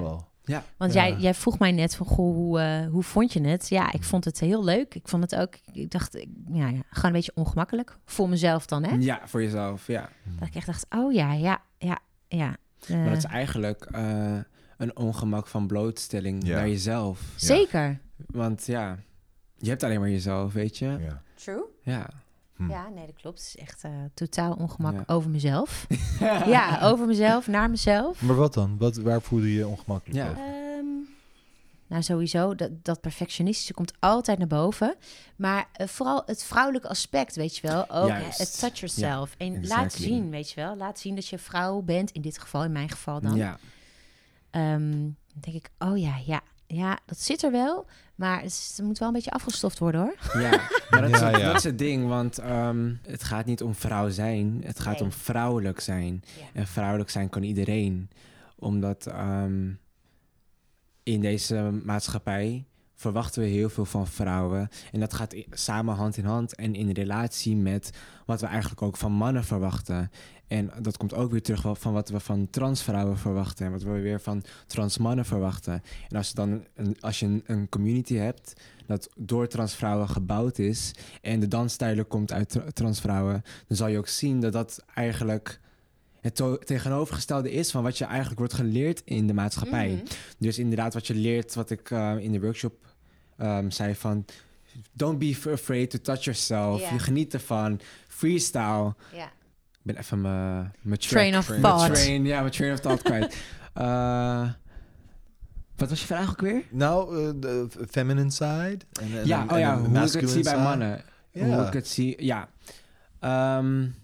Ja. Want Ja. jij, jij vroeg mij net van, goh, hoe, uh, hoe vond je het? Ja, ik vond het heel leuk. Ik vond het ook, ik dacht, ik, ja, ja, gewoon een beetje ongemakkelijk. Voor mezelf dan, hè? Ja, voor jezelf, ja. Dat ik echt dacht, oh ja, ja, ja, ja. Uh, Maar dat is eigenlijk uh, een ongemak van blootstelling Ja. naar jezelf. Zeker. Want ja, je hebt alleen maar jezelf, weet je? Ja. True. Ja. Hm. Ja, nee, dat klopt. Het is echt uh, totaal ongemak Ja. over mezelf. Ja, over mezelf, naar mezelf. Maar wat dan? Wat, waar voelde je je ongemakkelijk Ja. over? Um, nou, sowieso, dat, dat perfectionistische komt altijd naar boven. Maar uh, vooral het vrouwelijke aspect, weet je wel. Ook Juist. het touch yourself. Ja, en exactly. laat zien, weet je wel. Laat zien dat je vrouw bent, in dit geval, in mijn geval dan. Ja. Um, dan denk ik, oh ja, ja. Ja, dat zit er wel, maar het, is, het moet wel een beetje afgestoft worden, hoor. Ja, maar dat, Ja, is, ja. dat is het ding, want um, het gaat niet om vrouw zijn. Het gaat Nee. om vrouwelijk zijn. Ja. En vrouwelijk zijn kan iedereen. Omdat um, in deze maatschappij verwachten we heel veel van vrouwen. En dat gaat i- samen hand in hand en in relatie met wat we eigenlijk ook van mannen verwachten. En dat komt ook weer terug wel van wat we van transvrouwen verwachten en wat we weer van transmannen verwachten. En als, je dan een, als je een, een community hebt dat door transvrouwen gebouwd is en de dansstijlen komt uit tra- transvrouwen, dan zal je ook zien dat dat eigenlijk het to- tegenovergestelde is van wat je eigenlijk wordt geleerd in de maatschappij. Mhm. Dus inderdaad wat je leert, wat ik uh, in de workshop um, zei van don't be f- afraid to touch yourself. Ja. Je geniet ervan. Freestyle. Ja. Ik ben even mijn mijn Train track- of mijn thought. Train, ja, mijn train of thought kwijt. Uh, wat was je vraag ook weer? Nou, uh, de feminine side. En, en, ja, en, oh ja, en de hoe ik het masculine zie bij side. mannen. Ja. Hoe ik het zie, ja. Um,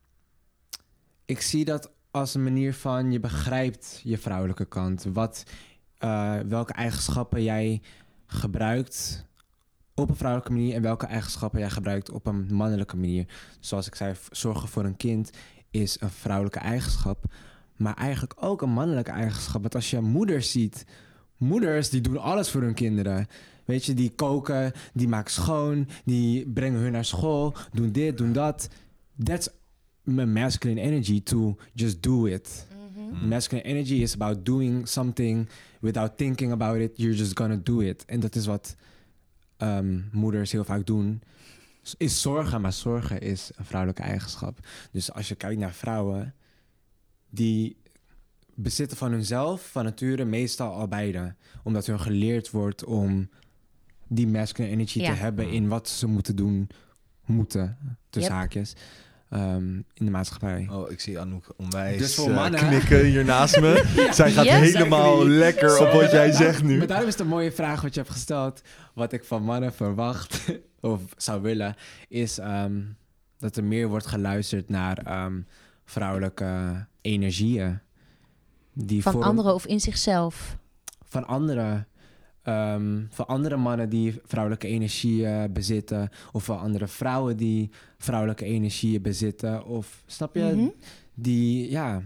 ik zie dat als een manier van je begrijpt je vrouwelijke kant. Wat, uh, welke eigenschappen jij gebruikt op een vrouwelijke manier en welke eigenschappen jij gebruikt op een mannelijke manier. Zoals ik zei, v- zorgen voor een kind is een vrouwelijke eigenschap, maar eigenlijk ook een mannelijke eigenschap. Want als je moeders ziet, moeders die doen alles voor hun kinderen. Weet je, die koken, die maken schoon, die brengen hun naar school, doen dit, doen dat. That's my masculine energy to just do it. Mhm. Masculine energy is about doing something without thinking about it. You're just gonna do it. En dat is wat um, moeders heel vaak doen. Is zorgen, maar zorgen is een vrouwelijke eigenschap. Dus als je kijkt naar vrouwen, die bezitten van hunzelf, van nature, meestal al beide. Omdat hun geleerd wordt om die masculine energy Ja. te hebben in wat ze moeten doen, moeten, tussen Yep. haakjes, um, in de maatschappij. Oh, ik zie Anouk onwijs Dus voor uh, mannen- knikken hier naast me. Ja. Zij gaat Yes. helemaal Exactly. lekker Zo, op wat maar jij daar- zegt nu. Maar daarom is het een mooie vraag wat je hebt gesteld. Wat ik van mannen verwacht, of zou willen, is um, dat er meer wordt geluisterd naar um, vrouwelijke energieën. Die Van vorm- anderen of in zichzelf. Van andere, um, van andere mannen die vrouwelijke energieën bezitten. Of van andere vrouwen die vrouwelijke energieën bezitten. Of, snap je? Mhm. Die, ja...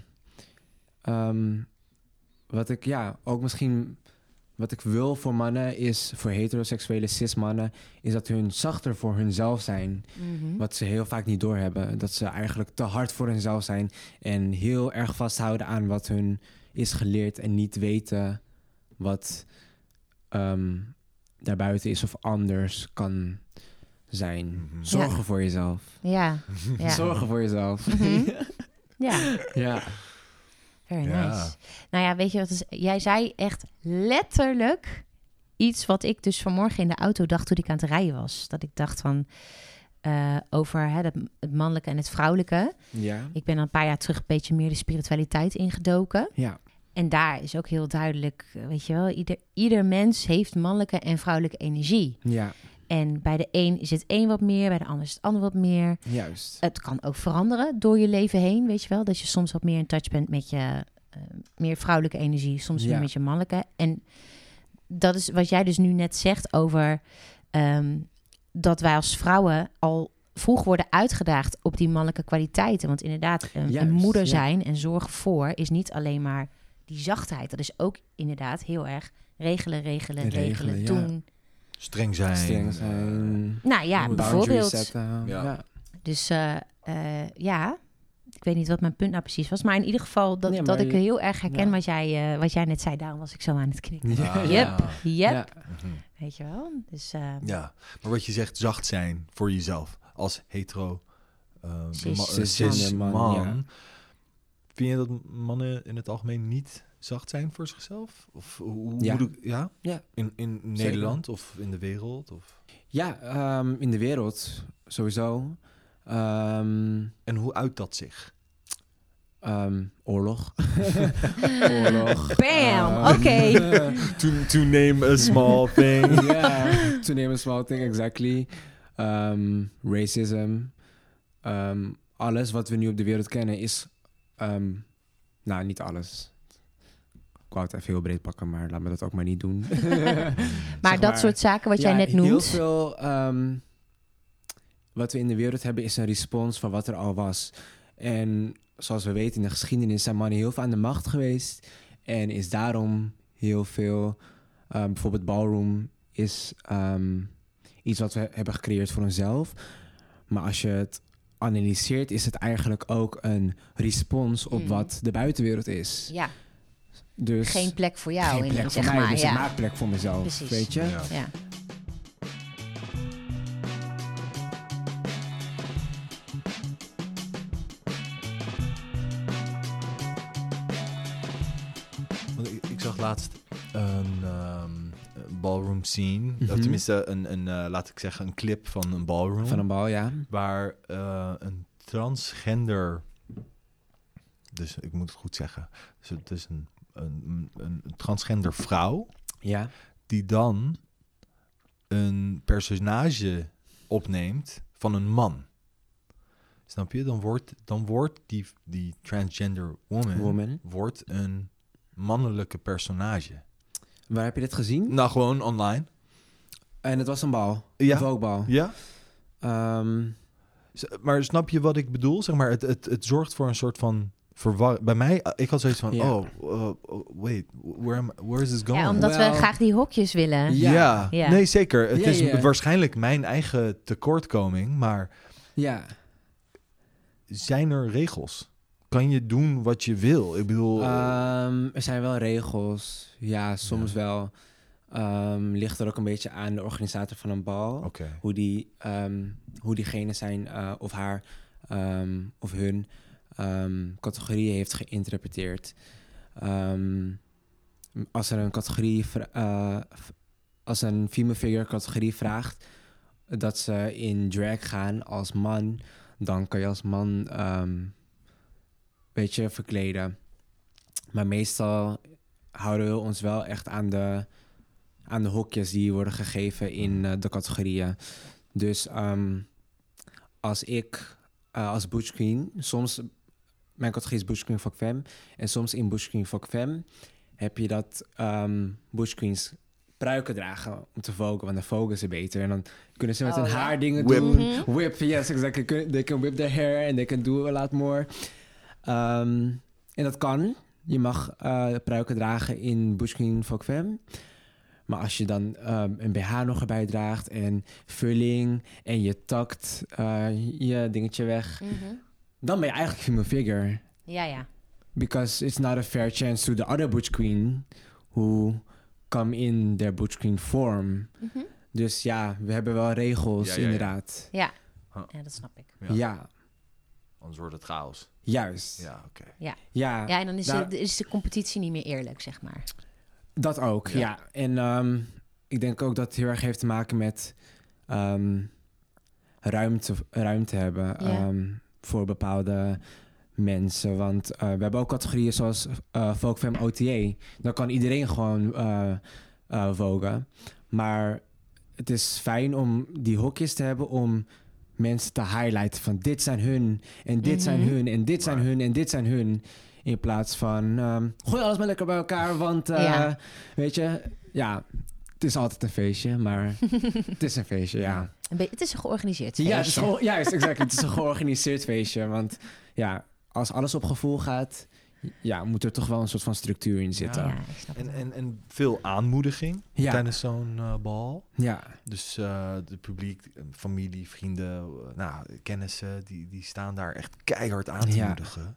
Um, wat ik, ja, ook misschien... Wat ik wil voor mannen is... Voor heteroseksuele cis-mannen... Is dat hun zachter voor hunzelf zijn. Mhm. Wat ze heel vaak niet doorhebben. Dat ze eigenlijk te hard voor hunzelf zijn. En heel erg vasthouden aan wat hun is geleerd. En niet weten wat um, daarbuiten is of anders kan zijn. Mhm. Zorgen Ja. voor jezelf. Ja. Ja. Zorgen voor jezelf. Mhm. Ja, Ja. very Ja. nice. Nou ja, weet je wat is, jij zei echt letterlijk iets wat ik dus vanmorgen in de auto dacht toen ik aan het rijden was. Dat ik dacht van uh, over hè, dat, het mannelijke en het vrouwelijke. Ja. Ik ben al een paar jaar terug een beetje meer de spiritualiteit ingedoken. Ja. En daar is ook heel duidelijk, uh, weet je wel, ieder, ieder mens heeft mannelijke en vrouwelijke energie. Ja. En bij de een is het een wat meer, bij de ander is het ander wat meer. Juist. Het kan ook veranderen door je leven heen, weet je wel. Dat je soms wat meer in touch bent met je uh, meer vrouwelijke energie, soms Ja. meer met je mannelijke. En dat is wat jij dus nu net zegt over um, dat wij als vrouwen al vroeg worden uitgedaagd op die mannelijke kwaliteiten. Want inderdaad, een, Juist, een moeder ja. zijn en zorgen voor is niet alleen maar die zachtheid. Dat is ook inderdaad heel erg regelen, regelen, regelen, Regelen, ja. doen. Streng zijn. Streng zijn. Nou ja, Boundaries bijvoorbeeld. Zetten. Ja. Ja. Dus uh, uh, ja, ik weet niet wat mijn punt nou precies was. Maar in ieder geval dat, Nee, dat maar ik je- heel erg herken ja. wat, jij, uh, wat jij net zei. Daarom was ik zo aan het knikken. Ja. Ah, Yep, yep. Ja. Mhm. Weet je wel? Dus, uh, Ja, maar wat je zegt, zacht zijn voor jezelf als hetero uh, Cis- ma- cis- cis man, man. ja. Vind je dat mannen in het algemeen niet zacht zijn voor zichzelf? Of hoe, hoe Ja. doe ik- ja? Ja. In, in Nederland of in de wereld? Of? Ja, ehm, in de wereld sowieso. Ehm, En hoe uit dat zich? ehm, oorlog. Oorlog. Bam! Ehm, Oké. to, to name a small thing. Ja, to name a small thing, exactly. Um, racism. Um, alles wat we nu op de wereld kennen is... Um, nou, niet alles. Ik wou het even heel breed pakken, maar laat me dat ook maar niet doen. Maar Zeg dat soort zaken wat ja, jij net Heel noemt. veel um, wat we in de wereld hebben is een respons van wat er al was. En zoals we weten in de geschiedenis zijn mannen heel veel aan de macht geweest. En is daarom heel veel... Um, bijvoorbeeld ballroom is um, iets wat we hebben gecreëerd voor onszelf. Maar als je het analyseert, is het eigenlijk ook een respons op Mm. wat de buitenwereld is. Ja, Dus geen plek voor jou. geen in, plek voor zeg mij, maar. dus ja. ik maak plek voor mezelf. Precies. Weet je? Ja. Ja. Want ik, ik zag laatst een um, ballroom scene. Mhm. Of tenminste, een, een, uh, laat ik zeggen, een clip van een ballroom. Van een bal, ja. Waar uh, een transgender... Dus ik moet het goed zeggen. Dus het is een, een, een, een transgender vrouw... Ja. die dan een personage opneemt van een man. Snap je? Dan wordt, dan wordt die, die transgender woman, Woman. wordt een mannelijke personage. Waar heb je dit gezien? Nou, gewoon online. En het was een bal. Ja. Een voguebal. Ja. Um, S- Maar snap je wat ik bedoel? Zeg maar, het, het, het zorgt voor een soort van verwarring. Bij mij, uh, ik had zoiets van, Ja. oh, uh, oh, wait, where, am, where is this going? Ja, omdat Wel- we graag die hokjes willen. Ja. Ja. Ja. Nee, zeker. Het Ja, is ja. waarschijnlijk mijn eigen tekortkoming, maar ja. zijn er regels? Kan je doen wat je wil? Ik bedoel... Um, er zijn wel regels. Ja, soms Ja. wel. Um, ligt er ook een beetje aan de organisator van een bal. Oké. Hoe, die, um, hoe diegene zijn uh, of haar um, of hun um, categorieën heeft geïnterpreteerd. Um, als er een categorie... vra- uh, v- als een female figure categorie vraagt dat ze in drag gaan als man, dan kan je als man um, weet je, verkleden. Maar meestal houden we ons wel echt aan de, aan de hokjes die worden gegeven in uh, de categorieën. Dus um, als ik uh, als Butch Queen, soms, mijn categorie is Butch Queen Fuck Femme, en soms in Butch Queen Fuck Femme heb je dat um, Butch Queens pruiken dragen om te vogen, want dan vogen ze beter. En dan kunnen ze met Oh, hun ja. haar dingen Whip. doen. Mhm. Whip, yes, exactly. They can whip their hair and they can do a lot more. Um, en dat kan. Je mag uh, pruiken dragen in Butch Queen Fuck Femme. Maar als je dan um, een B H nog erbij draagt en vulling en je takt uh, je dingetje weg, Mhm. dan ben je eigenlijk female figure. Ja, ja. Because it's not a fair chance to the other Butch Queen who come in their Butch Queen form. Mhm. Dus ja, we hebben wel regels, Ja, ja, ja. inderdaad. Ja. Huh. Ja, dat snap ik. Ja. Ja, Anders wordt het chaos. juist. Ja, oké. Ja, Ja, en dan is, daar- de, is de competitie niet meer eerlijk, zeg maar. dat ook, Ja. ja. En um, ik denk ook dat het heel erg heeft te maken met um, ruimte, ruimte hebben Ja. um, voor bepaalde mensen. Want uh, we hebben ook categorieën zoals uh, Folk Femme O T A. Dan kan iedereen gewoon uh, uh, vogen. Maar het is fijn om die hokjes te hebben om mensen te highlighten van dit zijn hun en dit zijn Mhm. hun en dit zijn Right. hun en dit zijn hun. In plaats van um, gooi alles maar lekker bij elkaar, want uh, Ja. weet je, ja, het is altijd een feestje, maar het is een feestje, ja. Een be- het is een georganiseerd feestje. Ja, het is gewoon, juist, exact. Het is een georganiseerd feestje, want ja, als alles op gevoel gaat, Ja, moet er toch wel een soort van structuur in zitten. Ja, Ja, ik snap het En, wel. en, en veel aanmoediging ja. tijdens zo'n uh, bal. ja. Dus uh, de publiek, familie, vrienden, uh, nou, kennissen, die, die staan daar echt keihard aan te Ja. moedigen.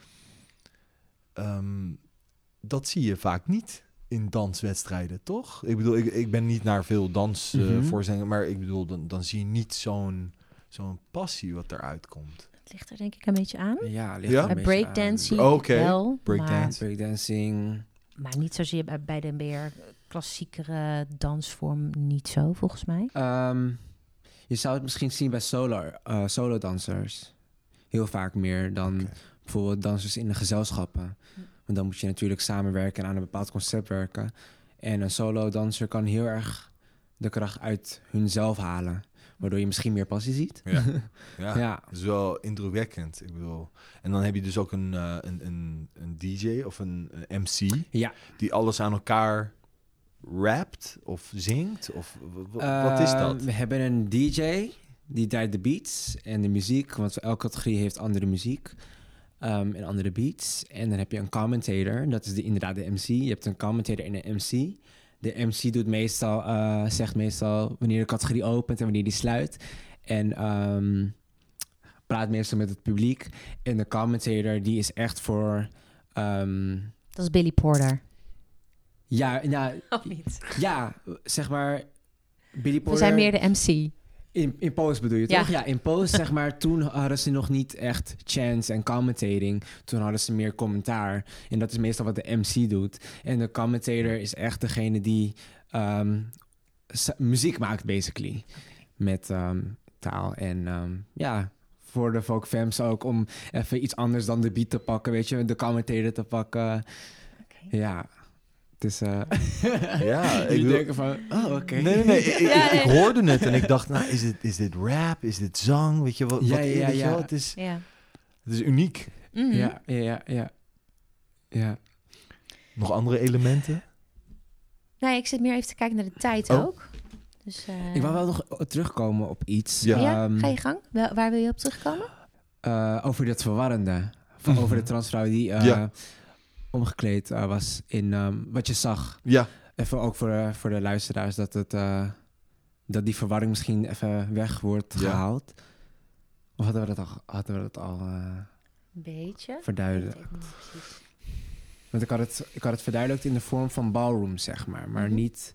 Um, dat zie je vaak niet in danswedstrijden, toch? Ik bedoel, ik, ik ben niet naar veel dansvoorstellingen, uh, mm-hmm. maar ik bedoel, dan, dan zie je niet zo'n, zo'n passie wat eruit komt. Het ligt er denk ik een beetje aan. Ja, ligt Ja? er een Bij beetje breakdancing Oh, oké. wel, Breakdance. maar, Breakdancing. maar niet zozeer bij, bij de meer klassiekere dansvorm niet zo, volgens mij. Um, je zou het misschien zien bij solo, uh, solo-dansers. Heel vaak meer dan Okay. bijvoorbeeld dansers in de gezelschappen. Want dan moet je natuurlijk samenwerken en aan een bepaald concept werken. En een solo-danser kan heel erg de kracht uit hunzelf halen. Waardoor je misschien meer passie ziet. Ja, ja. Ja. Dat is wel indrukwekkend. Ik bedoel, en dan heb je dus ook een, uh, een, een, een D J of een, een M C Ja. die alles aan elkaar rapt of zingt? Of w- w- wat is dat? Uh, we hebben een D J die draait de beats en de muziek. Want elke categorie heeft andere muziek. Um, en andere beats. En dan heb je een commentator. Dat is de, inderdaad de M C. Je hebt een commentator en een M C. De M C doet meestal, uh, zegt meestal wanneer de categorie opent en wanneer die sluit. En um, praat meestal met het publiek. En de commentator die is echt voor... Um, Dat is Billy Porter. ja, nou, Of niet? ja, zeg maar... Billy Porter... We zijn meer de M C. In, in Pose bedoel je Ja. toch? Ja, in Pose zeg maar, toen hadden ze nog niet echt chance en commentating. Toen hadden ze meer commentaar. En dat is meestal wat de M C doet. En de commentator is echt degene die um, s- muziek maakt, basically. Met um, taal. En um, ja, voor de folk femmes ook om even iets anders dan de beat te pakken, weet je. De commentator te pakken. Okay. Ja, dus... Uh, Ja, ik jullie wil... denken van, oh, oké. Okay. Nee, nee, nee. Ik, Ja, ik, nee. ik hoorde het en ik dacht, nou, is dit, is dit rap? Is dit zang? Weet je wat? Ja, wat ja, weet je ja. wel? Het is, Ja. het is uniek. Mm-hmm. Ja, ja, ja, ja. Ja. Nog andere elementen? Nee, ik zit meer even te kijken naar de tijd Oh. ook. Dus, uh, Ik wou wel nog terugkomen op iets. Ja. Ja, Um, ga je gang. Wel, waar wil je op terugkomen? uh, over dat verwarrende. Van, Mhm. Over de transvrouw die uh, Ja. omgekleed uh, was in um, wat je zag. Ja. Even ook voor, uh, voor de luisteraars dat, het, uh, dat die verwarring misschien even weg wordt Ja. gehaald. Of hadden we dat al, hadden we dat al uh, Een beetje. verduidelijkt? Weet ik niet precies. Want ik had, het, ik had het verduidelijkt in de vorm van ballroom, zeg maar. Maar Mhm. niet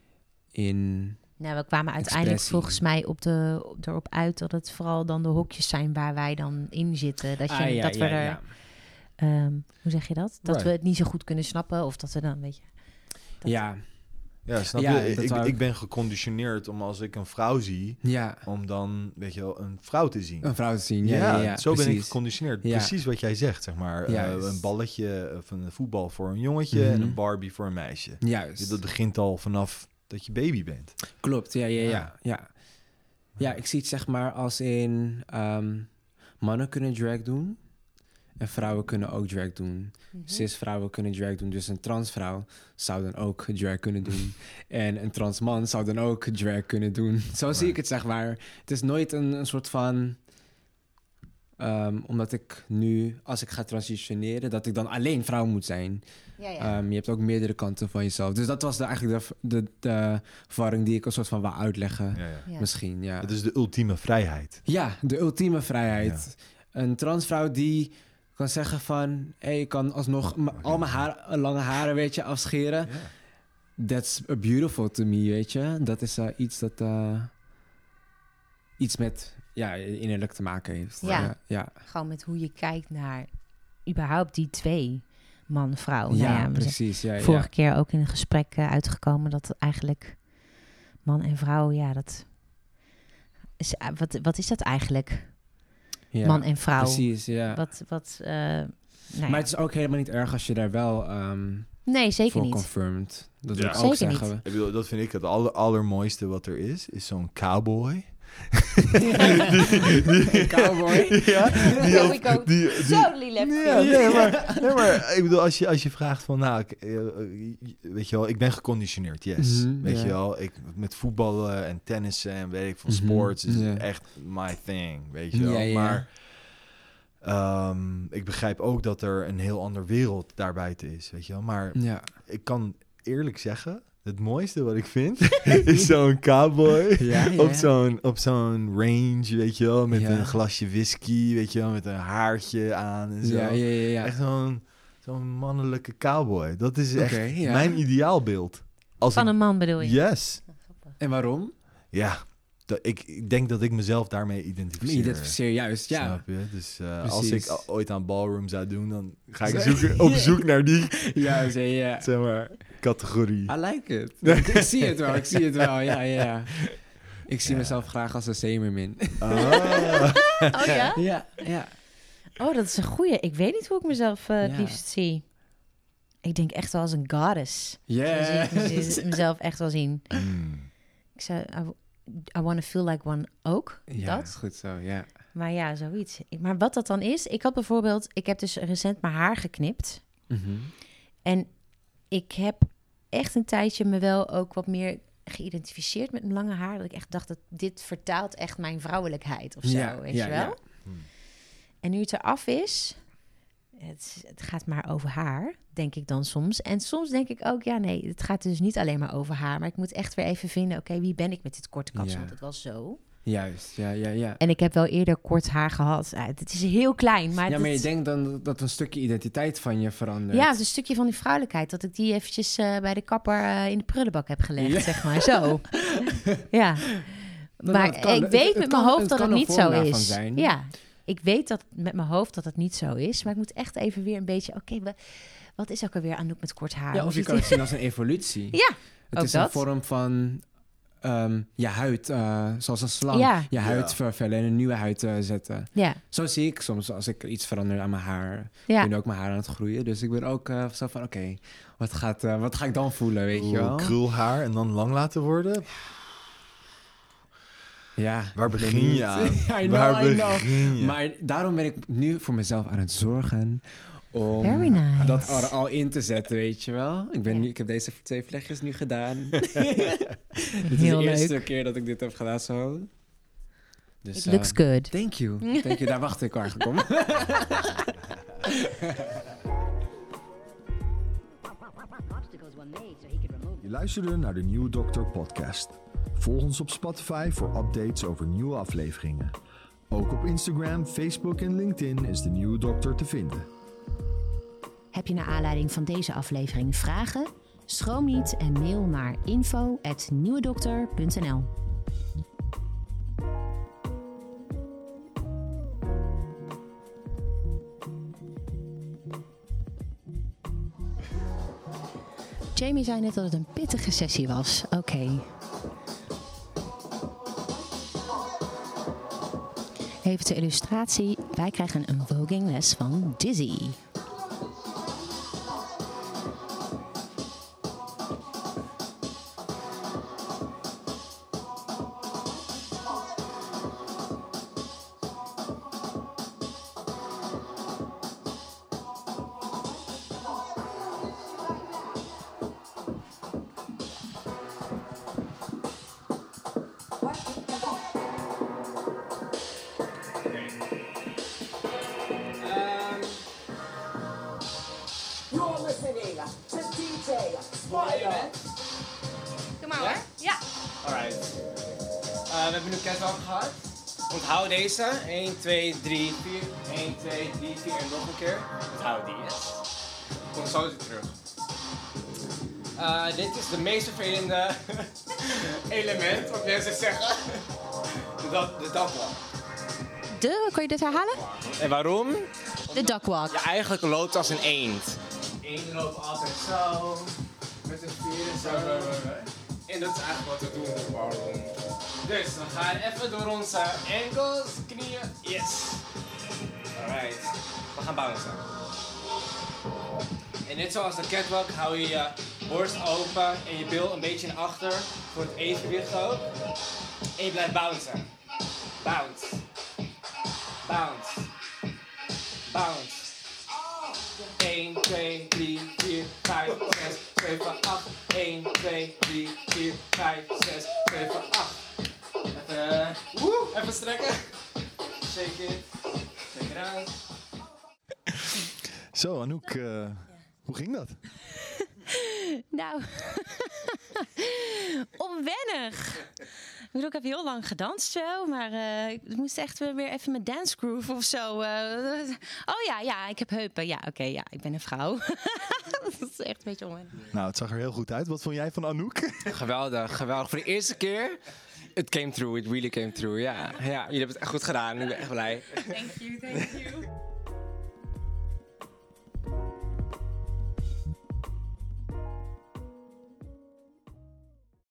in... Nou, we kwamen uiteindelijk Expressie. volgens mij op de, op, erop uit dat het vooral dan de hokjes zijn waar wij dan in zitten. Dat, je, Ah, ja, dat we ja, er, ja. um, hoe zeg je dat? Dat Right. we het niet zo goed kunnen snappen of dat we dan, weet je. Dat- Ja, Ja, snap Ja, je? dat Ik, wou ik ik- ben geconditioneerd om als ik een vrouw zie, ja, om dan, weet je wel, een vrouw te zien. een vrouw te zien. Ja, ja, ja, zo ben ik precies. geconditioneerd. Ja. Precies wat jij zegt, zeg maar. Uh, Juist. een balletje of een voetbal voor een jongetje Mhm. en een Barbie voor een meisje. Juist. Dat begint al vanaf dat je baby bent. Klopt, ja, ja, ja, Ja. ja. Ja, ik zie het zeg maar als in... Um, mannen kunnen drag doen en vrouwen kunnen ook drag doen. Mhm. Cis-vrouwen kunnen drag doen, dus een transvrouw zou dan ook drag kunnen doen. En een transman zou dan ook drag kunnen doen. Zo zie ik het, zeg maar. Het is nooit een, een soort van... Um, omdat ik nu, als ik ga transitioneren, dat ik dan alleen vrouw moet zijn. Ja, ja. Um, je hebt ook meerdere kanten van jezelf. Dus dat was de, eigenlijk de, de, de verwarring die ik een soort van wou uitleggen. Ja, ja. Ja. Misschien, ja. Het is de ultieme vrijheid. Ja, de ultieme vrijheid. Een transvrouw die kan zeggen van... Hey, ik kan alsnog m- al mijn haar, lange haren, weet je, afscheren. Ja. That's beautiful to me, weet je. Dat is uh, iets dat... Uh, iets met ja, innerlijk te maken heeft. Ja. Ja, ja. Gewoon met hoe je kijkt naar überhaupt die twee, man, vrouw. Ja, Nou ja, we zijn precies. Ja, vorige ja. keer ook in een gesprek uh, uitgekomen dat eigenlijk man en vrouw, ja, dat is, uh, wat, wat is dat eigenlijk? Ja, Man en vrouw. Precies, ja. Wat, wat, uh, nou ja. Maar het is ook helemaal niet erg als je daar wel um, Nee, zeker voor niet. confirmed. Dat Ja. wil ik ook Zeker zeggen. Ik bedoel, dat vind ik het aller, allermooiste wat er is, is zo'n cowboy. Een cowboy. Ja, die, There op- we go. die, die, Totally left Ja, field. nee, maar, nee, maar ik bedoel, als je, als je vraagt van, nou, ik, eh, eh, weet je wel, ik ben geconditioneerd, yes. Mhm, weet ja. je wel, ik, met voetballen en tennissen en weet ik van Mhm, sports is ja. echt my thing, weet je wel. Ja, ja. Maar Um, ik begrijp ook dat er een heel ander wereld daarbuiten is, weet je wel. Maar Ja. ik kan eerlijk zeggen, het mooiste wat ik vind is zo'n cowboy Ja, ja, op, ja. zo'n, op zo'n range, weet je wel. Met Ja. een glasje whisky, weet je wel. Met een haartje aan en zo. Ja, ja, ja, ja. Echt zo'n, zo'n mannelijke cowboy. Dat is echt Oké, ja. mijn ideaalbeeld. Als Van ik- een man bedoel je? Yes. En waarom? Ja. Dat, ik, ik denk dat ik mezelf daarmee identificeer. Identificeer juist, ja. Snap je? Dus uh, als Precies. ik a- ooit aan ballroom zou doen, dan ga ik Zo- zoeken, op zoek naar die Ja, ja, ja. zeg maar, categorie. I like it. Ik zie het wel, ik zie het wel. Ja, ja, ja. Ik zie mezelf graag als een zeemermin. Ah. Oh ja? Ja, ja. Oh, dat is een goeie. Ik weet niet hoe ik mezelf uh, het Ja. liefst zie. Ik denk echt wel als een goddess. Zo zie ik Yes. mez- mezelf echt wel zien. Mm. Ik zou, I, I want to feel like one ook. Ja, Dat. goed zo, ja. Maar ja, zoiets. Maar wat dat dan is, ik had bijvoorbeeld, ik heb dus recent mijn haar geknipt. Mhm. En ik heb echt een tijdje me wel ook wat meer geïdentificeerd met mijn lange haar. Dat ik echt dacht dat dit vertaalt echt mijn vrouwelijkheid of zo, Ja, weet ja, je wel? ja. En nu het eraf is, het, het gaat maar over haar, denk ik dan soms. En soms denk ik ook, ja nee, het gaat dus niet alleen maar over haar. Maar ik moet echt weer even vinden, oké, wie ben ik met dit korte kapsel? Ja. Want het was zo. Juist, ja, ja, ja. En ik heb wel eerder kort haar gehad. Ja, het is heel klein, maar... ja, maar het- je denkt dan dat een stukje identiteit van je verandert. Ja, het is een stukje van die vrouwelijkheid. Dat ik die eventjes uh, bij de kapper uh, in de prullenbak heb gelegd, Ja. zeg maar. Zo. Ja. Nou, Maar het kan- ik het- weet het met kan- mijn hoofd het dat kan het een niet vorm zo daarvan is. zijn. Ja. Ik weet dat met mijn hoofd dat het niet zo is. Maar ik moet echt even weer een beetje... Oké, okay, wat is ook alweer Anouk met kort haar? Ja, Hoe of je ziet kan die- het zien als een evolutie. Ja, Het ook is dat. een vorm van um, je huid, uh, zoals een slang, Ja. je huid Ja. vervellen en een nieuwe huid uh, zetten. Ja, Zo zie ik soms als ik iets verander aan mijn haar. ja. Ik ben ook mijn haar aan het groeien. Dus ik ben ook uh, zo van, oké, okay, wat, gaat, uh, wat ga ik dan voelen, weet je wel? Oeh, krulhaar en dan lang laten worden. Ja. Waar ik weet begin niet. je aan? I know, Waar I know. begin je? Maar daarom ben ik nu voor mezelf aan het zorgen om Very nice. dat er al in te zetten, weet je wel. Ik, ben Ja. nu, ik heb deze twee vlechtjes nu gedaan. dit is Heel de eerste leuk. keer dat ik dit heb gedaan zo. Dus, It uh, looks good. Thank you. Thank you. Daar wacht ik erg op. Je luisterde naar de Nieuwe Dokter podcast. Volg ons op Spotify voor updates over nieuwe afleveringen. Ook op Instagram, Facebook en LinkedIn is de Nieuwe Dokter te vinden. Heb je naar aanleiding van deze aflevering vragen? Schroom niet en mail naar info at nieuwedokter punt n l. Jamie zei net dat het een pittige sessie was. Oké. Okay. Even ter illustratie. Wij krijgen een voging les van Dizzy. Doe maar hoor. Ja. Alright. Uh, we hebben nu catwalk gehad. Onthoud deze. één, twee, drie, vier. één, twee, drie, vier. En nog een keer. Onthoud die, yes. Kom zo weer terug. Uh, dit is de meest vervelende element, wat mensen zeggen. De, duck- de duckwalk. De, kan je dit herhalen? En waarom? De duckwalk. Je eigenlijk loopt als een eend. Eenden lopen altijd zo. Met een vieren zo. En dat is eigenlijk wat we doen in de ballroom. Dus we gaan even door onze enkels, knieën. Yes. Alright. We gaan bouncen. En net zoals de catwalk hou je je borst open en je bil een beetje naar achter voor het evenwicht ook. En je blijft bouncen. Bounce. Bounce. Bounce. één, twee, drie, vier, vijf, zes, zeven, acht. één, twee, drie, vier, vijf, zes, zeven, acht. Even, uh, woe, even strekken. Shake it. Shake it out. Zo, Anouk, uh, ja. hoe ging dat? Nou, onwennig. Ik bedoel, ik heb heel lang gedanst zo, maar uh, ik moest echt weer even mijn dance groove of zo. Uh, oh ja, ja, ik heb heupen. Ja, oké, okay, ja, ik ben een vrouw. Dat is echt een beetje onwennig. Nou, het zag er heel goed uit. Wat vond jij van Anouk? Geweldig, geweldig. Voor de eerste keer, it came through, it really came through. Ja, ja, jullie hebben het echt goed gedaan. Ik ben echt blij. Thank you, thank you.